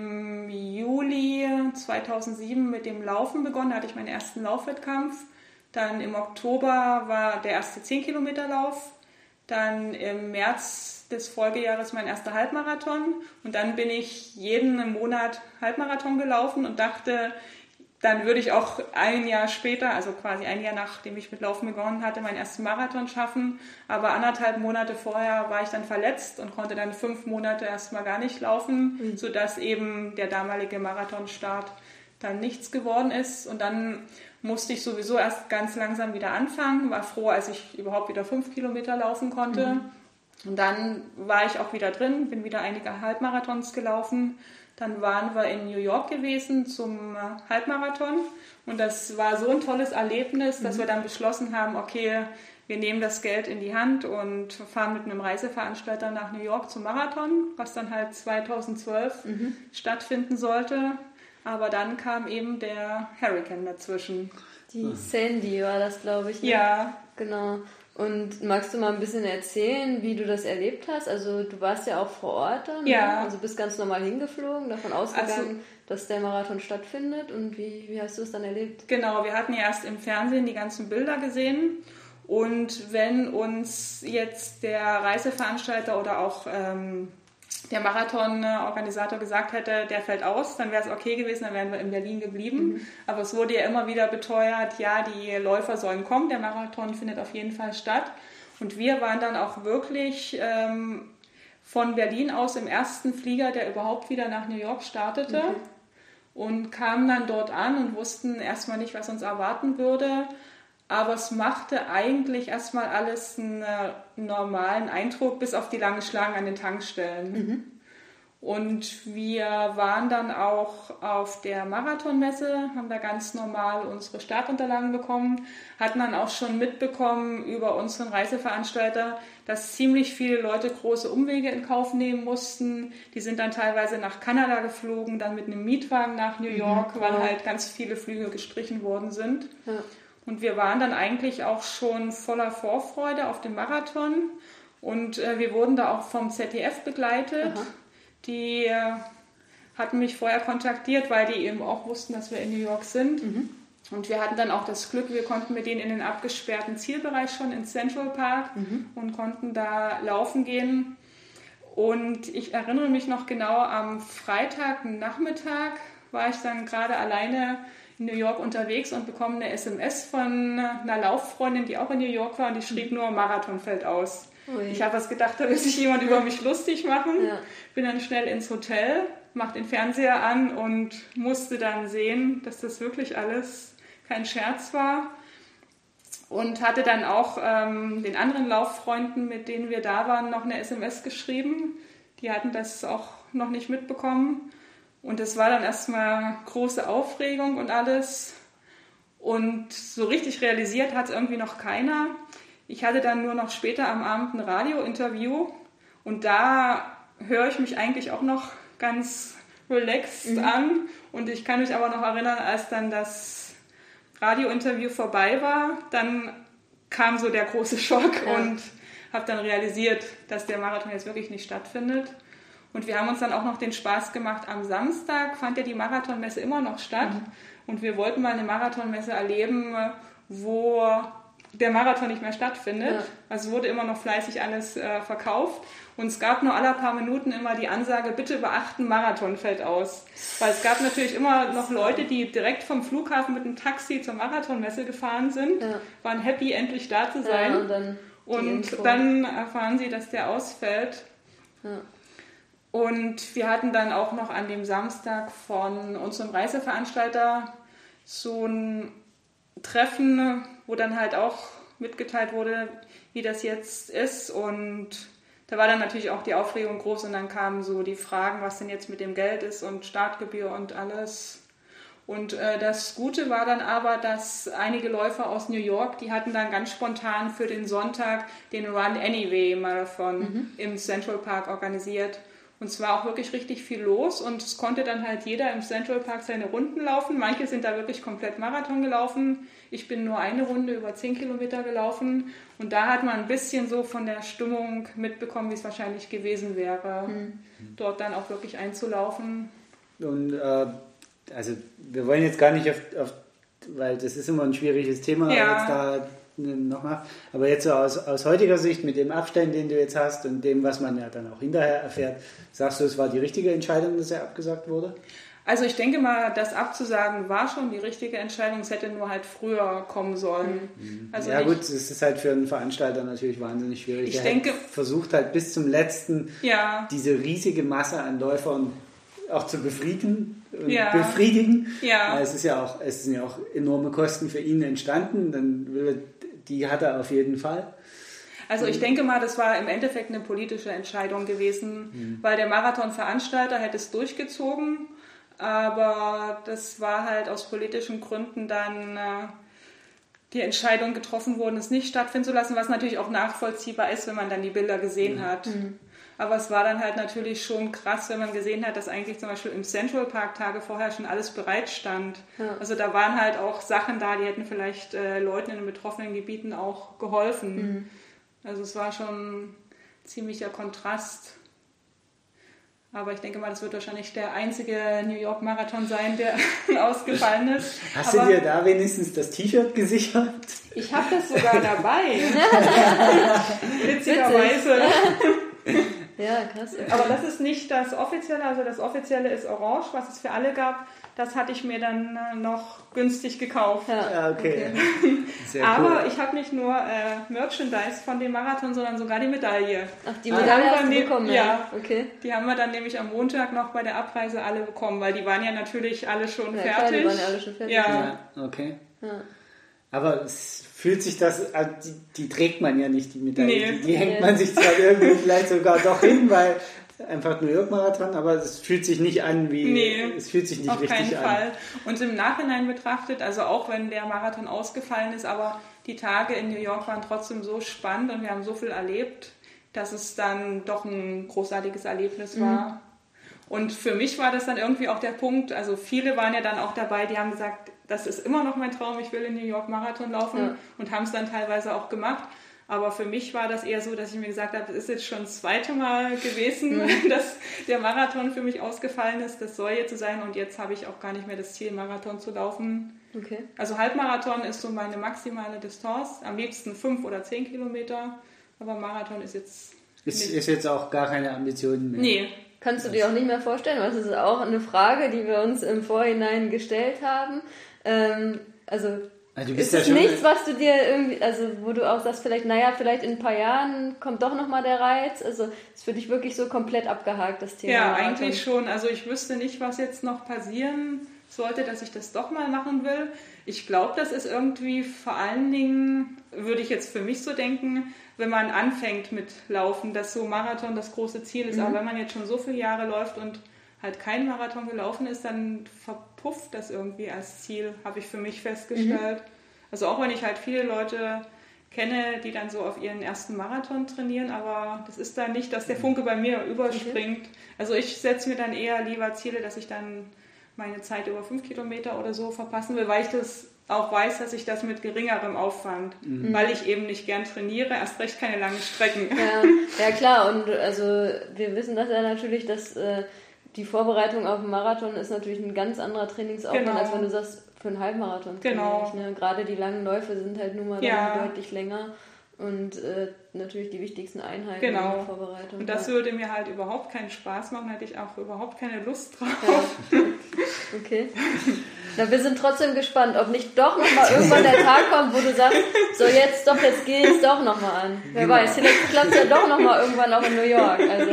im Juli zweitausendsieben mit dem Laufen begonnen, da hatte ich meinen ersten Laufwettkampf. Dann im Oktober war der erste zehn Kilometer Lauf. Dann im März des Folgejahres mein erster Halbmarathon. Und dann bin ich jeden Monat Halbmarathon gelaufen und dachte, dann würde ich auch ein Jahr später, also quasi ein Jahr nachdem ich mit Laufen begonnen hatte, meinen ersten Marathon schaffen. Aber anderthalb Monate vorher war ich dann verletzt und konnte dann fünf Monate erstmal gar nicht laufen, mhm. sodass eben der damalige Marathonstart dann nichts geworden ist. Und dann musste ich sowieso erst ganz langsam wieder anfangen, war froh, als ich überhaupt wieder fünf Kilometer laufen konnte. Mhm. Und dann war ich auch wieder drin, bin wieder einige Halbmarathons gelaufen. Dann waren wir in New York gewesen zum Halbmarathon und das war so ein tolles Erlebnis, dass mhm. wir dann beschlossen haben, okay, wir nehmen das Geld in die Hand und fahren mit einem Reiseveranstalter nach New York zum Marathon, was dann halt zweitausendzwölf mhm. stattfinden sollte. Aber dann kam eben der Hurricane dazwischen. Die Sandy war das, glaube ich. Ne? Ja. Genau. Und magst du mal ein bisschen erzählen, wie du das erlebt hast? Also du warst ja auch vor Ort dann, ja. ne? Also bist ganz normal hingeflogen, davon ausgegangen, also, dass der Marathon stattfindet. Und wie, wie hast du es dann erlebt? Genau, wir hatten ja erst im Fernsehen die ganzen Bilder gesehen. Und wenn uns jetzt der Reiseveranstalter oder auch ähm, der Marathon-Organisator gesagt hätte, der fällt aus, dann wäre es okay gewesen, dann wären wir in Berlin geblieben. Mhm. Aber es wurde ja immer wieder beteuert, ja, die Läufer sollen kommen, der Marathon findet auf jeden Fall statt. Und wir waren dann auch wirklich ähm, von Berlin aus im ersten Flieger, der überhaupt wieder nach New York startete. Mhm. Und kamen dann dort an und wussten erstmal nicht, was uns erwarten würde. Aber es machte eigentlich erstmal alles einen normalen Eindruck, bis auf die langen Schlangen an den Tankstellen. Mhm. Und wir waren dann auch auf der Marathonmesse, haben da ganz normal unsere Startunterlagen bekommen, hatten dann auch schon mitbekommen über unseren Reiseveranstalter, dass ziemlich viele Leute große Umwege in Kauf nehmen mussten. Die sind dann teilweise nach Kanada geflogen, dann mit einem Mietwagen nach New York, mhm, weil halt ganz viele Flüge gestrichen worden sind. Ja. Und wir waren dann eigentlich auch schon voller Vorfreude auf den Marathon und äh, wir wurden da auch vom Z D F begleitet. Aha. Die äh, hatten mich vorher kontaktiert, weil die eben auch wussten, dass wir in New York sind. Mhm. Und wir hatten dann auch das Glück, wir konnten mit denen in den abgesperrten Zielbereich schon ins Central Park mhm. und konnten da laufen gehen. Und ich erinnere mich noch genau, am Freitagnachmittag war ich dann gerade alleine in New York unterwegs und bekomme eine S M S von einer Lauffreundin, die auch in New York war und die schrieb nur, Marathon fällt aus. Ui. Ich habe was gedacht, da will sich jemand über mich lustig machen. Ja. Bin dann schnell ins Hotel, mach den Fernseher an und musste dann sehen, dass das wirklich alles kein Scherz war. Und hatte dann auch ähm, den anderen Lauffreunden, mit denen wir da waren, noch eine S M S geschrieben. Die hatten das auch noch nicht mitbekommen. Und es war dann erstmal große Aufregung und alles. Und so richtig realisiert hat es irgendwie noch keiner. Ich hatte dann nur noch später am Abend ein Radiointerview. Und da höre ich mich eigentlich auch noch ganz relaxed mhm. an. Und ich kann mich aber noch erinnern, als dann das Radiointerview vorbei war, dann kam so der große Schock ja. und habe dann realisiert, dass der Marathon jetzt wirklich nicht stattfindet. Und wir haben uns dann auch noch den Spaß gemacht, am Samstag fand ja die Marathonmesse immer noch statt. Mhm. Und wir wollten mal eine Marathonmesse erleben, wo der Marathon nicht mehr stattfindet. Ja. Also es wurde immer noch fleißig alles äh, verkauft. Und es gab nur alle paar Minuten immer die Ansage, bitte beachten, Marathon fällt aus. Weil es gab natürlich immer noch Leute, die direkt vom Flughafen mit einem Taxi zur Marathonmesse gefahren sind, ja. waren happy, endlich da zu sein. Ja, und dann, und dann erfahren sie, dass der ausfällt. Ja. Und wir hatten dann auch noch an dem Samstag von unserem Reiseveranstalter so ein Treffen, wo dann halt auch mitgeteilt wurde, wie das jetzt ist. Und da war dann natürlich auch die Aufregung groß und dann kamen so die Fragen, was denn jetzt mit dem Geld ist und Startgebühr und alles. Und äh, das Gute war dann aber, dass einige Läufer aus New York, die hatten dann ganz spontan für den Sonntag den Run Anyway Marathon mhm. im Central Park organisiert. Und es war auch wirklich richtig viel los und es konnte dann halt jeder im Central Park seine Runden laufen. Manche sind da wirklich komplett Marathon gelaufen. Ich bin nur eine Runde über zehn Kilometer gelaufen. Und da hat man ein bisschen so von der Stimmung mitbekommen, wie es wahrscheinlich gewesen wäre, mhm. dort dann auch wirklich einzulaufen. Und äh, also wir wollen jetzt gar nicht auf, auf, weil das ist immer ein schwieriges Thema, ja. jetzt da nochmal. Aber jetzt so aus, aus heutiger Sicht, mit dem Abstand, den du jetzt hast und dem, was man ja dann auch hinterher erfährt, sagst du, es war die richtige Entscheidung, dass er abgesagt wurde? Also ich denke mal, das abzusagen war schon die richtige Entscheidung. Es hätte nur halt früher kommen sollen. Mhm. Also ja gut, es ist halt für einen Veranstalter natürlich wahnsinnig schwierig. Ich Der denke, versucht halt bis zum letzten ja. diese riesige Masse an Läufern auch zu befrieden und ja. befriedigen. Ja. Es ist ja auch, es sind ja auch enorme Kosten für ihn entstanden. Dann will er, die hat er auf jeden Fall. Also ich denke mal, das war im Endeffekt eine politische Entscheidung gewesen, mhm. weil der Marathonveranstalter hätte es durchgezogen, aber das war halt aus politischen Gründen dann äh, die Entscheidung getroffen worden, es nicht stattfinden zu lassen, was natürlich auch nachvollziehbar ist, wenn man dann die Bilder gesehen mhm. hat. Mhm. Aber es war dann halt natürlich schon krass, wenn man gesehen hat, dass eigentlich zum Beispiel im Central Park Tage vorher schon alles bereit stand. Ja. Also da waren halt auch Sachen da, die hätten vielleicht äh, Leuten in den betroffenen Gebieten auch geholfen. Mhm. Also es war schon ein ziemlicher Kontrast. Aber ich denke mal, das wird wahrscheinlich der einzige New York Marathon sein, der ausgefallen ist. Hast Aber du dir da wenigstens das T-Shirt gesichert? Ich habe das sogar dabei. Witzigerweise. Ja, krass. Okay. Aber das ist nicht das Offizielle, also das Offizielle ist orange, was es für alle gab. Das hatte ich mir dann noch günstig gekauft. Ja, ja okay. okay. Sehr Aber cool. ich habe nicht nur äh, Merchandise von dem Marathon, sondern sogar die Medaille. Ach, die Medaille ah, hast du ne- bekommen? Ja. ja, okay. Die haben wir dann nämlich am Montag noch bei der Abreise alle bekommen, weil die waren ja natürlich alle schon ja, fertig. Klar, die waren ja alle schon fertig. Ja, ja okay. Ja. Aber es fühlt sich das, also die, die trägt man ja nicht, die Medaille. Nee. Die, die hängt Nee. man sich zwar irgendwie vielleicht sogar doch hin, weil einfach New York Marathon, aber es fühlt sich nicht an wie, nee, es fühlt sich nicht auf richtig keinen an. Fall. Und im Nachhinein betrachtet, also auch wenn der Marathon ausgefallen ist, aber die Tage in New York waren trotzdem so spannend und wir haben so viel erlebt, dass es dann doch ein großartiges Erlebnis Mhm. war. Und für mich war das dann irgendwie auch der Punkt, also viele waren ja dann auch dabei, die haben gesagt, das ist immer noch mein Traum, ich will in New York Marathon laufen ja. und haben es dann teilweise auch gemacht. Aber für mich war das eher so, dass ich mir gesagt habe, das ist jetzt schon das zweite Mal gewesen, mhm. dass der Marathon für mich ausgefallen ist. Das soll jetzt so sein und jetzt habe ich auch gar nicht mehr das Ziel, Marathon zu laufen. Okay. Also Halbmarathon ist so meine maximale Distanz. Am liebsten fünf oder zehn Kilometer. Aber Marathon ist jetzt Ist, ist jetzt auch gar keine Ambition mehr. Nee. Kannst du dir auch nicht mehr vorstellen, weil das ist auch eine Frage, die wir uns im Vorhinein gestellt haben. Ähm, also Also du bist ist ja es schon nichts, was du dir irgendwie, also wo du auch sagst, vielleicht, naja, vielleicht in ein paar Jahren kommt doch nochmal der Reiz. Also ist für dich wirklich so komplett abgehakt, das Thema Ja, Marathon. eigentlich schon. Also ich wüsste nicht, was jetzt noch passieren sollte, dass ich das doch mal machen will. Ich glaube, das ist irgendwie vor allen Dingen, würde ich jetzt für mich so denken, wenn man anfängt mit Laufen, dass so Marathon das große Ziel ist. Mhm. Aber wenn man jetzt schon so viele Jahre läuft und halt kein Marathon gelaufen ist, dann verpufft das irgendwie als Ziel, habe ich für mich festgestellt. Mhm. Also auch wenn ich halt viele Leute kenne, die dann so auf ihren ersten Marathon trainieren, aber das ist dann nicht, dass der Funke bei mir überspringt. Mhm. Also ich setze mir dann eher lieber Ziele, dass ich dann meine Zeit über fünf Kilometer oder so verpassen will, weil ich das auch weiß, dass ich das mit geringerem Aufwand, mhm. weil ich eben nicht gern trainiere, erst recht keine langen Strecken. Ja, ja klar, und also wir wissen das ja natürlich, dass äh, die Vorbereitung auf einen Marathon ist natürlich ein ganz anderer Trainingsaufwand, genau. als wenn du sagst, für einen Halbmarathon. Genau. Ne? Gerade die langen Läufe sind halt nun mal ja. dann deutlich länger und äh, natürlich die wichtigsten Einheiten genau. in der Vorbereitung. Und das ja. würde mir halt überhaupt keinen Spaß machen, hätte ich auch überhaupt keine Lust drauf. Ja. Okay. Na, wir sind trotzdem gespannt, ob nicht doch nochmal irgendwann der Tag kommt, wo du sagst, so jetzt doch, jetzt gehe ich es doch nochmal an. Wer genau. weiß, vielleicht klappt es ja doch nochmal irgendwann auch in New York. Also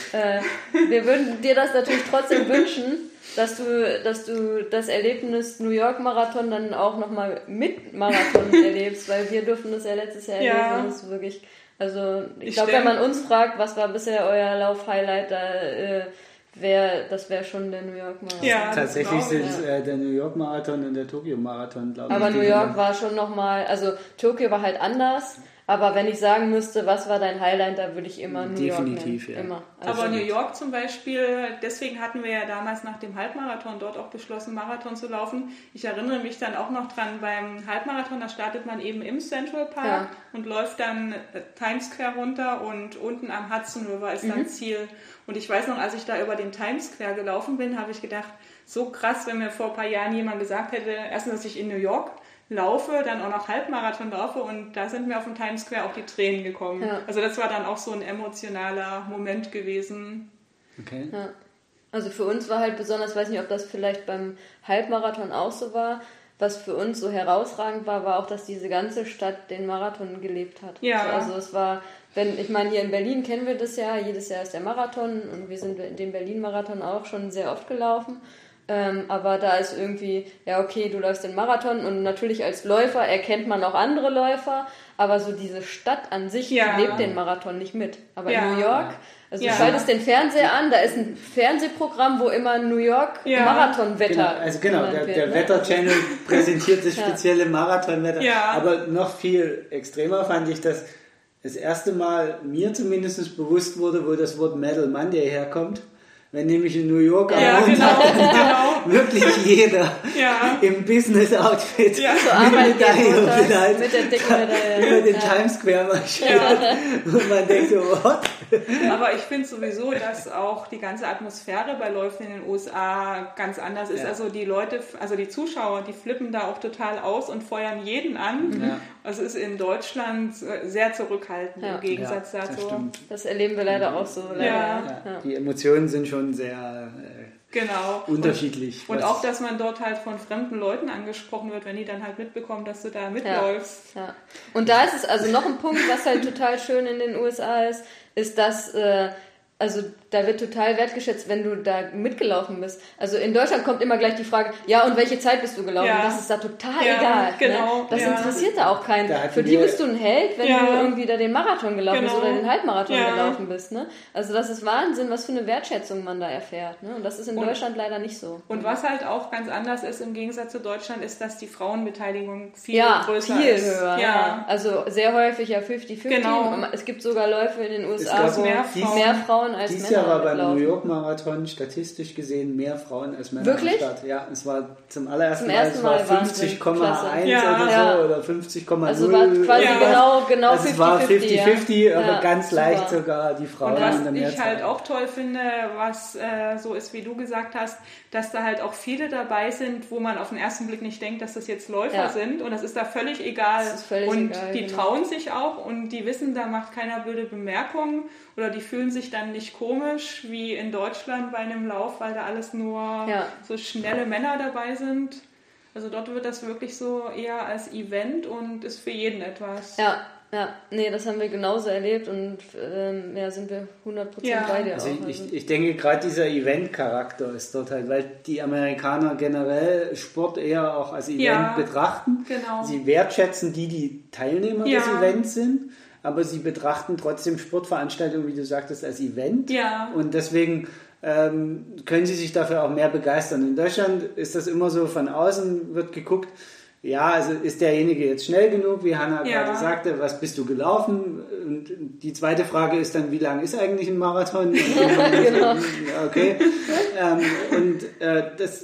äh, wir würden dir das natürlich trotzdem wünschen, dass du, dass du das Erlebnis New York Marathon dann auch nochmal mit Marathon erlebst, weil wir durften das ja letztes Jahr erleben Ja. und das ist wirklich, also ich Ich glaube, wenn stell- man uns fragt, was war bisher euer Lauf-Highlight, da äh, wäre, das wäre schon der New York Marathon. Ja, das Tatsächlich glaube ich. sind äh, der New York Marathon und der Tokio Marathon, glaube ich. Aber die New sind York dann- war schon nochmal, also Tokio war halt anders, aber wenn ich sagen müsste, was war dein Highlight, da würde ich immer New Definitiv, York ja. nennen. Immer. Also Aber New York zum Beispiel, deswegen hatten wir ja damals nach dem Halbmarathon dort auch beschlossen, Marathon zu laufen. Ich erinnere mich dann auch noch dran, beim Halbmarathon, da startet man eben im Central Park Ja. und läuft dann äh, Times Square runter und unten am Hudson River ist dann Ziel. Und ich weiß noch, als ich da über den Times Square gelaufen bin, habe ich gedacht, so krass, wenn mir vor ein paar Jahren jemand gesagt hätte, erstens, dass ich in New York laufe, dann auch noch Halbmarathon laufe und da sind mir auf dem Times Square auch die Tränen gekommen. Ja. Also das war dann auch so ein emotionaler Moment gewesen. Okay. Ja. Also für uns war halt besonders, weiß nicht, ob das vielleicht beim Halbmarathon auch so war, was für uns so herausragend war, war auch, dass diese ganze Stadt den Marathon gelebt hat. Ja. Also es war, wenn, ich meine, hier in Berlin kennen wir das ja, jedes Jahr ist der Marathon und wir sind den Berlin-Marathon auch schon sehr oft gelaufen. Ähm, aber da ist irgendwie, ja okay, du läufst den Marathon und natürlich als Läufer erkennt man auch andere Läufer, aber so diese Stadt an sich Ja. lebt den Marathon nicht mit. Aber Ja. in New York, also Ja. du schaltest den Fernseher an, da ist ein Fernsehprogramm, wo immer New York Ja. Marathonwetter Genau, also genau, genannt der, wird, der ne? Wetter-Channel präsentiert das Ja. spezielle Marathonwetter. Ja. Aber noch viel extremer fand ich, dass das erste Mal mir zumindest bewusst wurde, wo das Wort Medal Monday herkommt. Wenn nämlich in New York am Ja, Montag genau, genau. wirklich jeder Ja. im Business-Outfit Ja. Zur mit Arbeit geht Medaille montags vielleicht mit der dicken Medaille. über den Ja. Times Square marschiert. Und man denkt so, what? Aber ich finde sowieso, dass auch die ganze Atmosphäre bei Läufen in den U S A ganz anders ist. Ja. Also die Leute, also die Zuschauer, die flippen da auch total aus und feuern jeden an. Ja. Also ist in Deutschland sehr zurückhaltend Ja. im Gegensatz Ja, das dazu. stimmt. Das erleben wir leider auch so. Leider. Ja. Ja. Die Emotionen sind schon sehr äh, Genau. unterschiedlich. Und was- auch, dass man dort halt von fremden Leuten angesprochen wird, wenn die dann halt mitbekommen, dass du da mitläufst. Ja. Und da ist es also noch ein Punkt, was halt total schön in den U S A ist, ist, dass äh, also da wird total wertgeschätzt, wenn du da mitgelaufen bist. Also in Deutschland kommt immer gleich die Frage, ja, und welche Zeit bist du gelaufen? Ja. Das ist da total Ja, egal. genau, Ne? Das ja. interessiert da auch keinen. Da hatten Für die wir- bist du ein Held, wenn Ja. du irgendwie da den Marathon gelaufen bist Genau. oder den Halbmarathon Ja. gelaufen bist. Ne? Also das ist Wahnsinn, was für eine Wertschätzung man da erfährt. Ne? Und das ist in Und- Deutschland leider nicht so. Und was halt auch ganz anders ist im Gegensatz zu Deutschland, ist, dass die Frauenbeteiligung viel ja, größer viel ist. höher. Ja. Ja. Also sehr häufig ja fünfzig fünfzig. Genau. Es gibt sogar Läufe in den U S Es A, gab wo mehr mehr Frauen. Frauen, als Dieses Männer Jahr war beim mitlaufen. New York Marathon statistisch gesehen mehr Frauen als Männer Wirklich? am Start. Ja, es war zum allerersten Zum Mal, ersten es war Mal Wahnsinn. fünfzig Komma eins Klasse. oder so Ja. oder fünfzig Komma null. Also war quasi Ja. genau, genau also es war fünfzig fünfzig fünfzig. fünfzig, aber Ja, ganz super. leicht sogar die Frauen Und was in der ich Mehrzahl. halt auch toll finde, was äh, so ist, wie du gesagt hast, dass da halt auch viele dabei sind, wo man auf den ersten Blick nicht denkt, dass das jetzt Läufer Ja. sind. Und das ist da völlig egal. Das ist völlig und egal, die genau. trauen sich auch und die wissen, da macht keiner blöde Bemerkungen oder die fühlen sich dann nicht komisch wie in Deutschland bei einem Lauf, weil da alles nur Ja. so schnelle Männer dabei sind. Also dort wird das wirklich so eher als Event und ist für jeden etwas. Ja, ja, nee, das haben wir genauso erlebt und ähm, ja, sind wir hundert Prozent Ja. bei dir Also auch. ich, Also. ich, ich denke, gerade dieser Event-Charakter ist dort halt, weil die Amerikaner generell Sport eher auch als Event Ja, betrachten. genau. Sie wertschätzen die, die Teilnehmer Ja. des Events sind, aber sie betrachten trotzdem Sportveranstaltungen, wie du sagtest, als Event. Ja. Und deswegen ähm, können sie sich dafür auch mehr begeistern. In Deutschland ist das immer so, von außen wird geguckt, ja, also ist derjenige jetzt schnell genug, wie Hanna Ja. gerade sagte, was bist du gelaufen? Und die zweite Frage ist dann, wie lang ist eigentlich ein Marathon? Genau. Okay. ähm, und äh, das,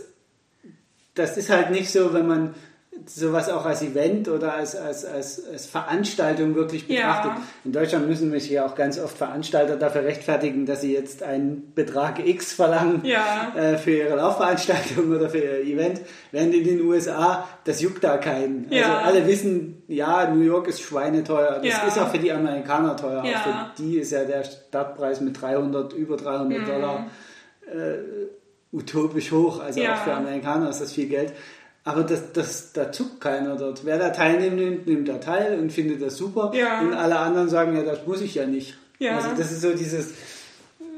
das ist halt nicht so, wenn man sowas auch als Event oder als, als, als, als Veranstaltung wirklich betrachtet. Ja. In Deutschland müssen mich ja auch ganz oft Veranstalter dafür rechtfertigen, dass sie jetzt einen Betrag X verlangen Ja. äh, für ihre Laufveranstaltung oder für ihr Event, während in den U S A, das juckt da keinen. Also Ja. alle wissen, ja, New York ist schweineteuer. Das Ja. ist auch für die Amerikaner teuer. Ja. Auch für die ist ja der Startpreis mit dreihundert, über dreihundert Mhm. Dollar äh, utopisch hoch. Also Ja. auch für Amerikaner ist das viel Geld. Aber das, das, da zuckt keiner dort. Wer da teilnimmt, nimmt da teil und findet das super. Ja. Und alle anderen sagen, ja, das muss ich ja nicht. Ja. Also das ist so dieses,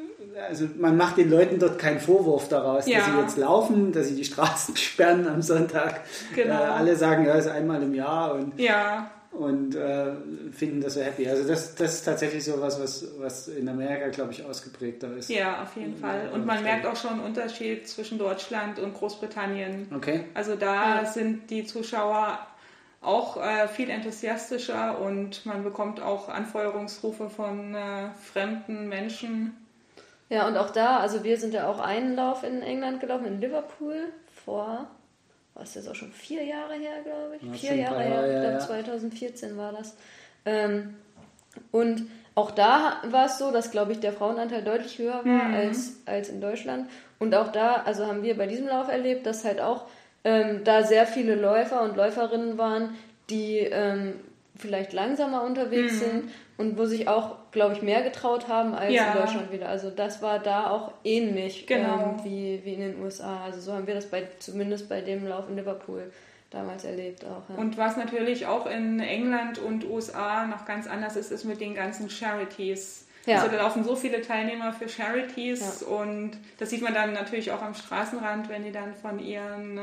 also man macht den Leuten dort keinen Vorwurf daraus, ja. dass sie jetzt laufen, dass sie die Straßen sperren am Sonntag. Genau. Äh, alle sagen, ja, ist einmal im Jahr und, ja. und äh, finden das so happy. Also das, das ist tatsächlich so was, was, was in Amerika, glaube ich, ausgeprägter ist. Ja, auf jeden Fall. Und man merkt auch schon einen Unterschied zwischen Deutschland und Großbritannien. Okay. Also da ja. sind die Zuschauer auch äh, viel enthusiastischer und man bekommt auch Anfeuerungsrufe von äh, fremden Menschen. Ja, und auch da, also wir sind ja auch einen Lauf in England gelaufen, in Liverpool, vor, was ist das auch schon vier Jahre her, glaube ich? Ja, vier Jahre her, ja, ich glaube ja. zwanzig vierzehn war das. Ähm, und auch da war es so, dass, glaube ich, der Frauenanteil deutlich höher war mhm. als, als in Deutschland. Und auch da, also haben wir bei diesem Lauf erlebt, dass halt auch ähm, da sehr viele Läufer und Läuferinnen waren, die ähm, vielleicht langsamer unterwegs mhm. sind und wo sich auch, glaube ich, mehr getraut haben als ja. in Deutschland wieder. Also das war da auch ähnlich genau. ähm, wie, wie in den U S A. Also so haben wir das bei, zumindest bei dem Lauf in Liverpool damals erlebt auch. Ja. Und was natürlich auch in England und U S A noch ganz anders ist, ist mit den ganzen Charities. Ja. Also da laufen so viele Teilnehmer für Charities ja. und das sieht man dann natürlich auch am Straßenrand, wenn die dann von ihren...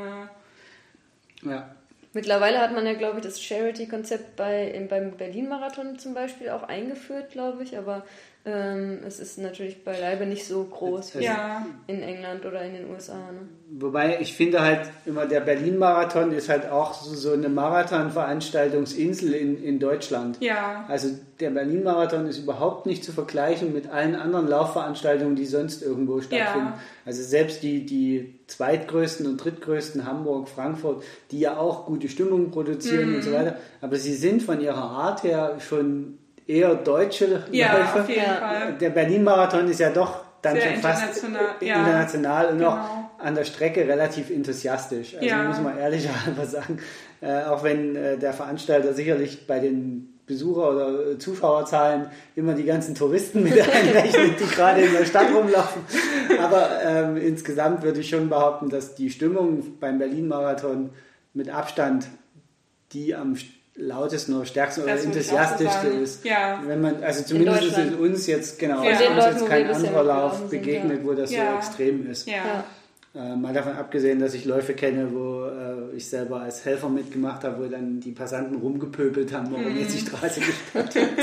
Äh ja. Mittlerweile hat man ja, glaube ich, das Charity-Konzept bei, beim Berlin-Marathon zum Beispiel auch eingeführt, glaube ich, aber ähm, es ist natürlich beileibe nicht so groß wie ja. in England oder in den U S A. Ne? Wobei ich finde halt immer, der Berlin-Marathon ist halt auch so, so eine Marathon-Veranstaltungsinsel in, in Deutschland. Ja. Also der Berlin-Marathon ist überhaupt nicht zu vergleichen mit allen anderen Laufveranstaltungen, die sonst irgendwo stattfinden. Ja. Also selbst die, die zweitgrößten und drittgrößten, Hamburg, Frankfurt, die ja auch gute Stimmung produzieren mhm. und so weiter, aber sie sind von ihrer Art her schon eher deutsche ja, Läufe. Auf jeden Fall. Der Berlin-Marathon ist ja doch dann sehr schon fast international, ja. international und genau. auch an der Strecke relativ enthusiastisch. Also ja. muss man ehrlicherweise sagen, äh, auch wenn äh, der Veranstalter sicherlich bei den Besucher- oder Zuschauerzahlen immer die ganzen Touristen mit einrechnet, die gerade in der Stadt rumlaufen. Aber ähm, insgesamt würde ich schon behaupten, dass die Stimmung beim Berlin-Marathon mit Abstand die am lautesten oder stärksten oder enthusiastischste ist. Ja. Wenn man, also zumindest ist es uns jetzt, genau, ja. also uns Leuten, jetzt kein anderer Lauf sind, begegnet, ja. wo das ja. so extrem ist. Ja. Äh, mal davon abgesehen, dass ich Läufe kenne, wo äh, ich selber als Helfer mitgemacht habe, wo dann die Passanten rumgepöbelt haben, warum mm. jetzt die Straße gesperrt wird.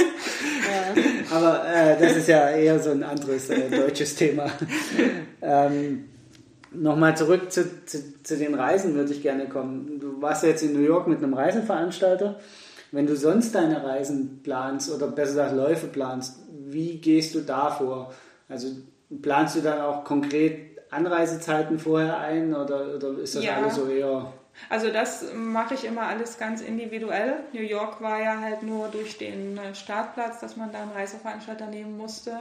ja. Aber äh, das ist ja eher so ein anderes äh, deutsches Thema. ähm, Nochmal zurück zu, zu, zu den Reisen würde ich gerne kommen. Du warst ja jetzt in New York mit einem Reiseveranstalter. Wenn du sonst deine Reisen planst oder besser gesagt Läufe planst, wie gehst du da vor? Also planst du dann auch konkret Anreisezeiten vorher ein oder, oder ist das ja. alles so eher... Also das mache ich immer alles ganz individuell. New York war ja halt nur durch den Startplatz, dass man da einen Reiseveranstalter nehmen musste.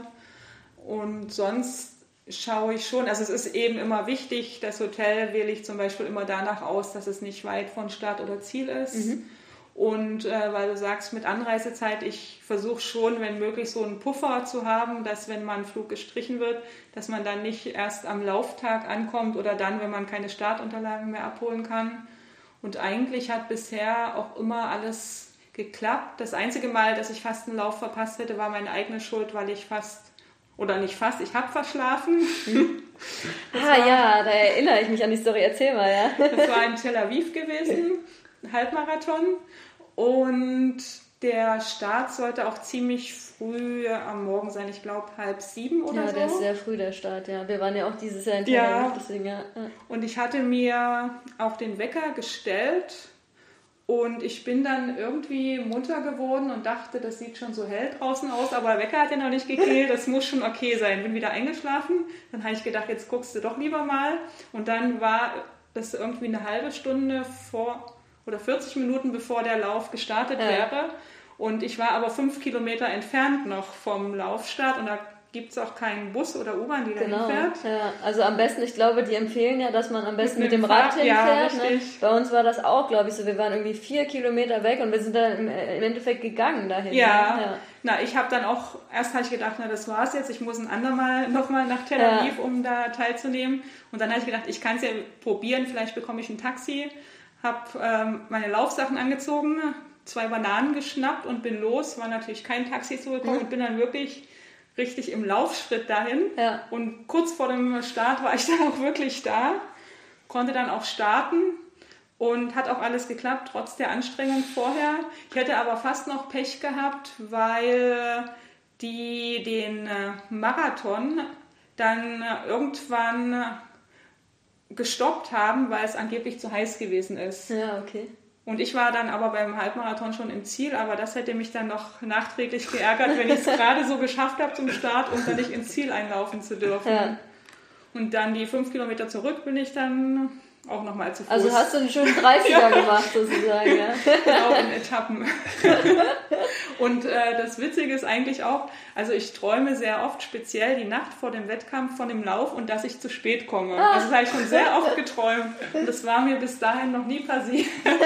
Und sonst schaue ich schon, also es ist eben immer wichtig, das Hotel wähle ich zum Beispiel immer danach aus, dass es nicht weit von Start oder Ziel ist. Mhm. Und äh, weil du sagst, mit Anreisezeit, ich versuche schon, wenn möglich, so einen Puffer zu haben, dass wenn mal ein Flug gestrichen wird, dass man dann nicht erst am Lauftag ankommt oder dann, wenn man keine Startunterlagen mehr abholen kann. Und eigentlich hat bisher auch immer alles geklappt. Das einzige Mal, dass ich fast einen Lauf verpasst hätte, war meine eigene Schuld, weil ich fast, oder nicht fast, ich habe verschlafen. ah war, ja, da erinnere ich mich an die Story. Erzähl mal, ja. Das war in Tel Aviv gewesen, Halbmarathon. Und der Start sollte auch ziemlich früh am Morgen sein, ich glaube halb sieben oder ja, so. Ja, der ist sehr früh, der Start, ja. Wir waren ja auch dieses Jahr in Tel ja. Aviv, deswegen, ja. Und ich hatte mir auf den Wecker gestellt und ich bin dann irgendwie munter geworden und dachte, das sieht schon so hell draußen aus, aber der Wecker hat ja noch nicht geklingelt, das muss schon okay sein. Bin wieder eingeschlafen, dann habe ich gedacht, jetzt guckst du doch lieber mal. Und dann war das irgendwie eine halbe Stunde vor... oder vierzig Minuten bevor der Lauf gestartet ja. wäre. Und ich war aber fünf Kilometer entfernt noch vom Laufstart und da gibt es auch keinen Bus oder U-Bahn, die genau. dahin fährt. Ja. Also am besten, ich glaube, die empfehlen ja, dass man am besten mit, mit dem Rad hinfährt. Ja, ne? Bei uns war das auch, glaube ich, so. Wir waren irgendwie vier Kilometer weg und wir sind dann im, im Endeffekt gegangen dahin. Ja, ne? ja. Na, ich habe dann auch, erst habe ich gedacht, na das war's jetzt, ich muss ein andermal nochmal nach Tel Aviv, ja. um da teilzunehmen. Und dann habe ich gedacht, ich kann es ja probieren, vielleicht bekomme ich ein Taxi. Habe ähm, meine Laufsachen angezogen, zwei Bananen geschnappt und bin los. War natürlich kein Taxi zugekommen mhm. und bin dann wirklich richtig im Laufschritt dahin. Ja. Und kurz vor dem Start war ich dann auch wirklich da, konnte dann auch starten und hat auch alles geklappt, trotz der Anstrengung vorher. Ich hätte aber fast noch Pech gehabt, weil die den Marathon dann irgendwann gestoppt haben, weil es angeblich zu heiß gewesen ist. Ja, okay. Und ich war dann aber beim Halbmarathon schon im Ziel, aber das hätte mich dann noch nachträglich geärgert, wenn ich es gerade so geschafft habe zum Start und dann nicht ins Ziel einlaufen zu dürfen. Ja. Und dann die fünf Kilometer zurück bin ich dann auch nochmal zu Fuß. Also hast du einen schönen dreißiger ja. gemacht, sozusagen. Ja. Genau, in Etappen. Und äh, das Witzige ist eigentlich auch, also ich träume sehr oft, speziell die Nacht vor dem Wettkampf, von dem Lauf und dass ich zu spät komme. Ah. Also das habe ich schon sehr oft geträumt. Und das war mir bis dahin noch nie passiert.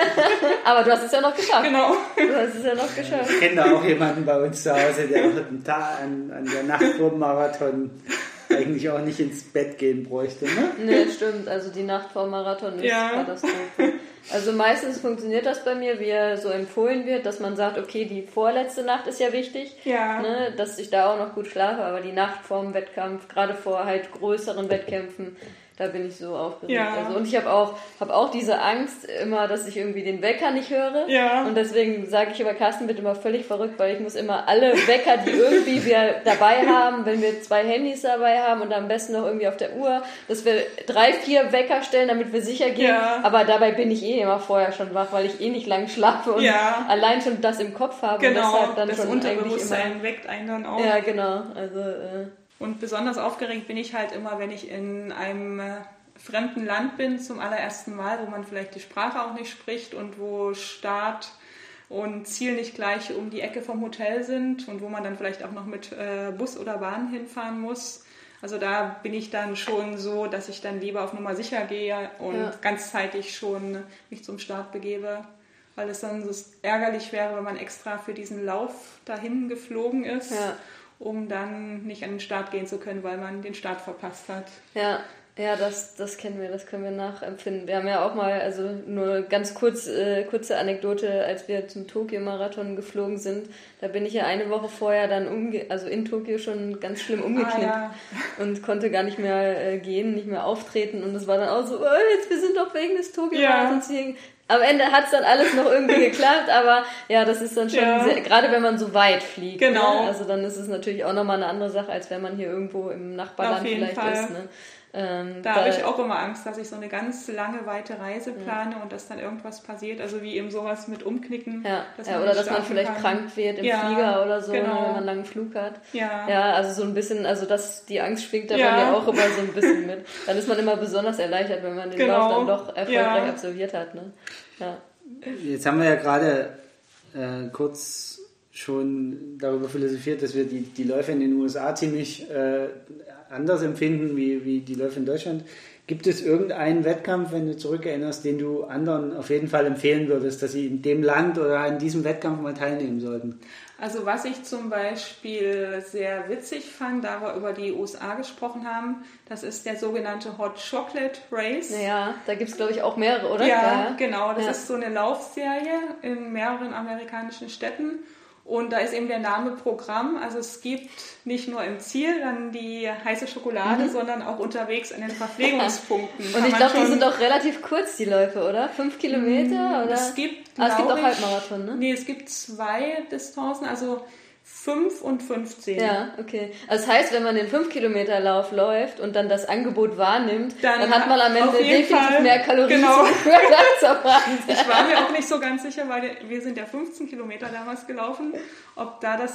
Aber du hast es ja noch geschafft. Genau. Du hast es ja noch geschafft. Ich kenne da auch jemanden bei uns zu Hause, der an, an der Nacht vor dem Marathon eigentlich auch nicht ins Bett gehen bräuchte, ne? Nee, stimmt. Also die Nacht vor dem Marathon ist ja. Katastrophe. Also meistens funktioniert das bei mir, wie so empfohlen wird, dass man sagt, okay, die vorletzte Nacht ist ja wichtig, ja. ne, dass ich da auch noch gut schlafe, aber die Nacht vor dem Wettkampf, gerade vor halt größeren Wettkämpfen, da bin ich so aufgeregt. Ja. Also, und ich habe auch, hab auch diese Angst immer, dass ich irgendwie den Wecker nicht höre. Ja. Und deswegen sage ich über Carsten wird immer völlig verrückt, weil ich muss immer alle Wecker, die irgendwie wir dabei haben, wenn wir zwei Handys dabei haben und am besten noch irgendwie auf der Uhr, dass wir drei, vier Wecker stellen, damit wir sicher gehen. Ja. Aber dabei bin ich eh immer vorher schon wach, weil ich eh nicht lang schlafe und ja. allein schon das im Kopf habe. Genau, und deshalb dann das schon Unterbewusstsein immer, weckt einen dann auch. Ja, genau. Also, äh, und besonders aufgeregt bin ich halt immer, wenn ich in einem äh, fremden Land bin, zum allerersten Mal, wo man vielleicht die Sprache auch nicht spricht und wo Start und Ziel nicht gleich um die Ecke vom Hotel sind und wo man dann vielleicht auch noch mit äh, Bus oder Bahn hinfahren muss. Also da bin ich dann schon so, dass ich dann lieber auf Nummer sicher gehe und ja. ganzzeitig schon mich zum Start begebe, weil es dann so ärgerlich wäre, wenn man extra für diesen Lauf dahin geflogen ist, ja. um dann nicht an den Start gehen zu können, weil man den Start verpasst hat. Ja. Ja, das, das kennen wir, das können wir nachempfinden. Wir haben ja auch mal, also nur ganz kurz, äh, kurze Anekdote, als wir zum Tokio-Marathon geflogen sind, da bin ich ja eine Woche vorher dann, umge- also in Tokio schon ganz schlimm umgeknickt ah, ja. und konnte gar nicht mehr äh, gehen, nicht mehr auftreten und es war dann auch so, oh, jetzt, wir sind doch wegen des Tokio-Marathons ja. hier. Am Ende hat es dann alles noch irgendwie geklappt, aber ja, das ist dann schon, ja. sehr, gerade wenn man so weit fliegt, genau. ne? Also dann ist es natürlich auch nochmal eine andere Sache, als wenn man hier irgendwo im Nachbarland vielleicht Fall. ist, ne? Ähm, da, da habe ich auch immer Angst, dass ich so eine ganz lange, weite Reise plane ja. und dass dann irgendwas passiert, also wie eben sowas mit Umknicken. Ja, dass ja man oder dass man vielleicht kann. krank wird im ja, Flieger oder so, genau. ne, wenn man einen langen Flug hat. Ja. ja, also so ein bisschen, also das, die Angst schwingt da ja. bei mir auch immer so ein bisschen mit. Dann ist man immer besonders erleichtert, wenn man den genau. Lauf dann doch erfolgreich ja. absolviert hat. Ne? Ja. Jetzt haben wir ja gerade äh, kurz schon darüber philosophiert, dass wir die, die Läufe in den U S A ziemlich äh, anders empfinden wie, wie die Läufe in Deutschland. Gibt es irgendeinen Wettkampf, wenn du zurückerinnerst, den du anderen auf jeden Fall empfehlen würdest, dass sie in dem Land oder an diesem Wettkampf mal teilnehmen sollten? Also was ich zum Beispiel sehr witzig fand, da wir über die U S A gesprochen haben, das ist der sogenannte Hot Chocolate Race. Ja, da gibt es glaube ich auch mehrere, oder? Ja, ja. genau. Das ja. ist so eine Laufserie in mehreren amerikanischen Städten. Und da ist eben der Name Programm. Also es gibt nicht nur im Ziel dann die heiße Schokolade, mhm. sondern auch unterwegs an den Verpflegungspunkten. Und ich glaube, die sind auch relativ kurz, die Läufe, oder? Fünf Kilometer? Oder? Es gibt, ah, es gibt auch ich, Halbmarathon, ne? Nee, es gibt zwei Distanzen, also fünf und fünfzehn. Ja, okay. Also das heißt, wenn man den fünf Kilometer Lauf läuft und dann das Angebot wahrnimmt, dann, dann hat man am Ende definitiv Fall, mehr Kalorien genau. zur Verbrauch. Ich war mir auch nicht so ganz sicher, weil wir sind ja fünfzehn Kilometer damals gelaufen, ob da das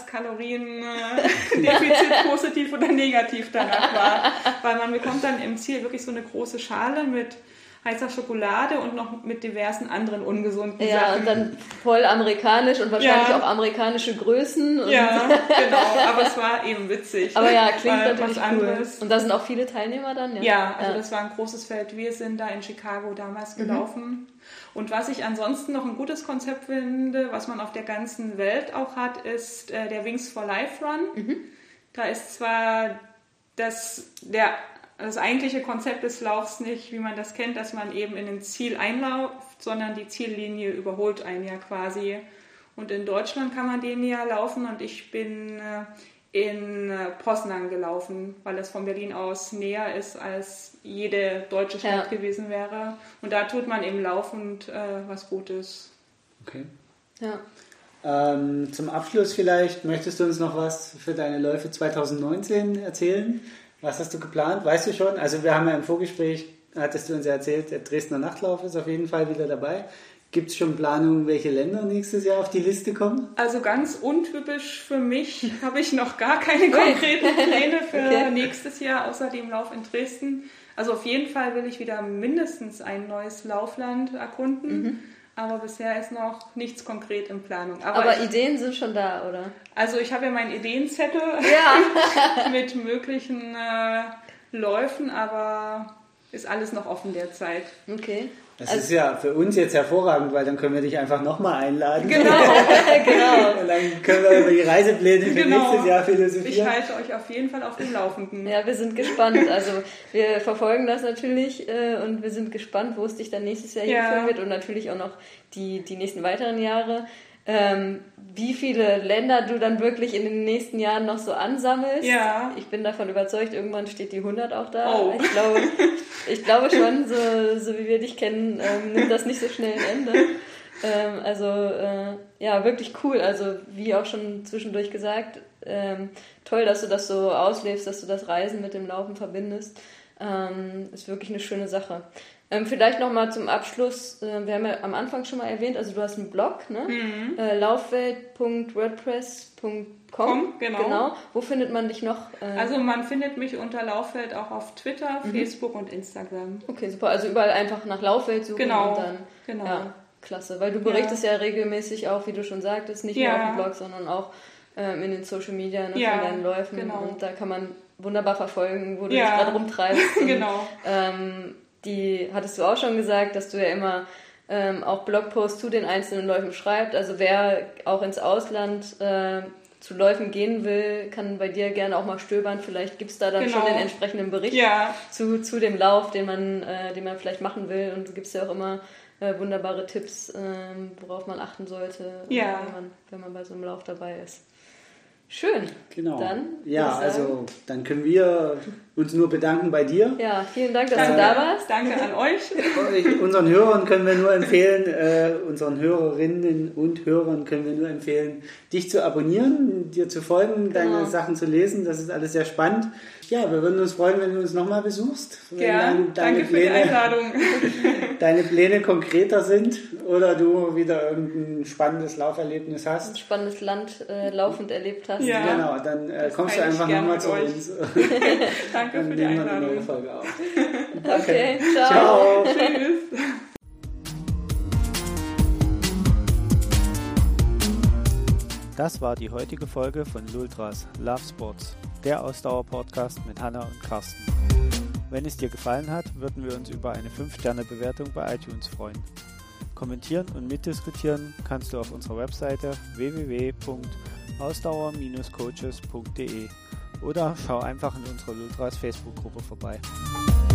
Kaloriendefizit positiv oder negativ danach war. Weil man bekommt dann im Ziel wirklich so eine große Schale mit heißer Schokolade und noch mit diversen anderen ungesunden ja, Sachen. Ja, und dann voll amerikanisch und wahrscheinlich ja. auch amerikanische Größen. Und ja, genau, aber es war eben witzig. Aber ja, klingt natürlich was anderes. Cool. Und da sind auch viele Teilnehmer dann? Ja, ja also ja. das war ein großes Feld. Wir sind da in Chicago damals gelaufen. Mhm. Und was ich ansonsten noch ein gutes Konzept finde, was man auf der ganzen Welt auch hat, ist äh, der Wings for Life Run. Mhm. Da ist zwar das, der Das eigentliche Konzept des Laufs nicht, wie man das kennt, dass man eben in ein Ziel einläuft, sondern die Ziellinie überholt einen ja quasi. Und in Deutschland kann man den ja laufen und ich bin in Poznan gelaufen, weil es von Berlin aus näher ist, als jede deutsche Stadt ja. gewesen wäre. Und da tut man eben laufend äh, was Gutes. Okay. Ja. Ähm, zum Abschluss vielleicht, möchtest du uns noch was für deine Läufe zwanzig neunzehn erzählen? Was hast du geplant? Weißt du schon? Also wir haben ja im Vorgespräch, hattest du uns ja erzählt, der Dresdner Nachtlauf ist auf jeden Fall wieder dabei. Gibt es schon Planungen, welche Länder nächstes Jahr auf die Liste kommen? Also ganz untypisch für mich habe ich noch gar keine konkreten Pläne für okay. nächstes Jahr, außer dem Lauf in Dresden. Also auf jeden Fall will ich wieder mindestens ein neues Laufland erkunden. Mhm. Aber bisher ist noch nichts konkret in Planung. Aber, Aber ich, Ideen sind schon da, oder? Also ich habe ja meinen Ideenzettel ja. mit möglichen äh, Läufen, aber ist alles noch offen derzeit. Okay. Das also, ist ja für uns jetzt hervorragend, weil dann können wir dich einfach nochmal einladen. Genau, genau. Und dann können wir über die Reisepläne für genau. nächstes Jahr philosophieren. Ich halte euch auf jeden Fall auf dem Laufenden. Ja, wir sind gespannt. Also wir verfolgen das natürlich äh, und wir sind gespannt, wo es dich dann nächstes Jahr ja. hinführen wird und natürlich auch noch die, die nächsten weiteren Jahre. Ähm, wie viele Länder du dann wirklich in den nächsten Jahren noch so ansammelst. Ja. Ich bin davon überzeugt, irgendwann steht die hundert auch da. Oh. Ich glaube, ich glaube schon, so, so wie wir dich kennen, ähm, nimmt das nicht so schnell ein Ende. Ähm, also äh, ja, wirklich cool. Also wie auch schon zwischendurch gesagt, ähm, toll, dass du das so auslebst, dass du das Reisen mit dem Laufen verbindest. Ähm, ist wirklich eine schöne Sache. Ähm, vielleicht nochmal zum Abschluss, äh, wir haben ja am Anfang schon mal erwähnt, also du hast einen Blog, ne? Mhm. Äh, laufwelt punkt wordpress punkt com. Genau. genau. Wo findet man dich noch? Äh, also man findet mich unter Laufwelt auch auf Twitter, mhm. Facebook und Instagram. Okay, super. Also überall einfach nach Laufwelt suchen genau. und dann... Genau. Ja, klasse. Weil du berichtest ja, ja regelmäßig auch, wie du schon sagtest, nicht ja. nur auf dem Blog, sondern auch ähm, in den Social Media, ne, ja, von deinen Läufen. Genau. Und da kann man wunderbar verfolgen, wo du ja. dich gerade rumtreibst. Und, genau. Ähm, die hattest du auch schon gesagt, dass du ja immer ähm, auch Blogposts zu den einzelnen Läufen schreibst. Also wer auch ins Ausland äh, zu Läufen gehen will, kann bei dir gerne auch mal stöbern. Vielleicht gibt es da dann genau. schon den entsprechenden Bericht ja. zu, zu dem Lauf, den man, äh, den man vielleicht machen will. Und du gibst ja auch immer äh, wunderbare Tipps, äh, worauf man achten sollte, ja. wenn man, wenn man bei so einem Lauf dabei ist. Schön. Genau. Dann, ja, also dann können wir uns nur bedanken bei dir. Ja, vielen Dank, dass Danke. du da warst. Danke an euch. Unseren Hörern können wir nur empfehlen, äh, unseren Hörerinnen und Hörern können wir nur empfehlen, dich zu abonnieren, dir zu folgen, genau. deine Sachen zu lesen. Das ist alles sehr spannend. Ja, wir würden uns freuen, wenn du uns nochmal besuchst. Ja, dann deine danke Pläne, für die Einladung. deine Pläne konkreter sind oder du wieder irgendein spannendes Lauferlebnis hast. Ein spannendes Land äh, laufend erlebt hast. Ja, genau, dann äh, kommst du einfach nochmal zu euch. uns. Danke dann für die Einladung. Neue Folge auf. Okay, ciao. Ciao. Tschüss. Das war die heutige Folge von Lultras Love Sports, der Ausdauer-Podcast mit Hanna und Carsten. Wenn es dir gefallen hat, würden wir uns über eine fünf Sterne Bewertung bei iTunes freuen. Kommentieren und mitdiskutieren kannst du auf unserer Webseite w w w punkt ausdauer Bindestrich coaches punkt d e oder schau einfach in unserer Lultras Facebook-Gruppe vorbei.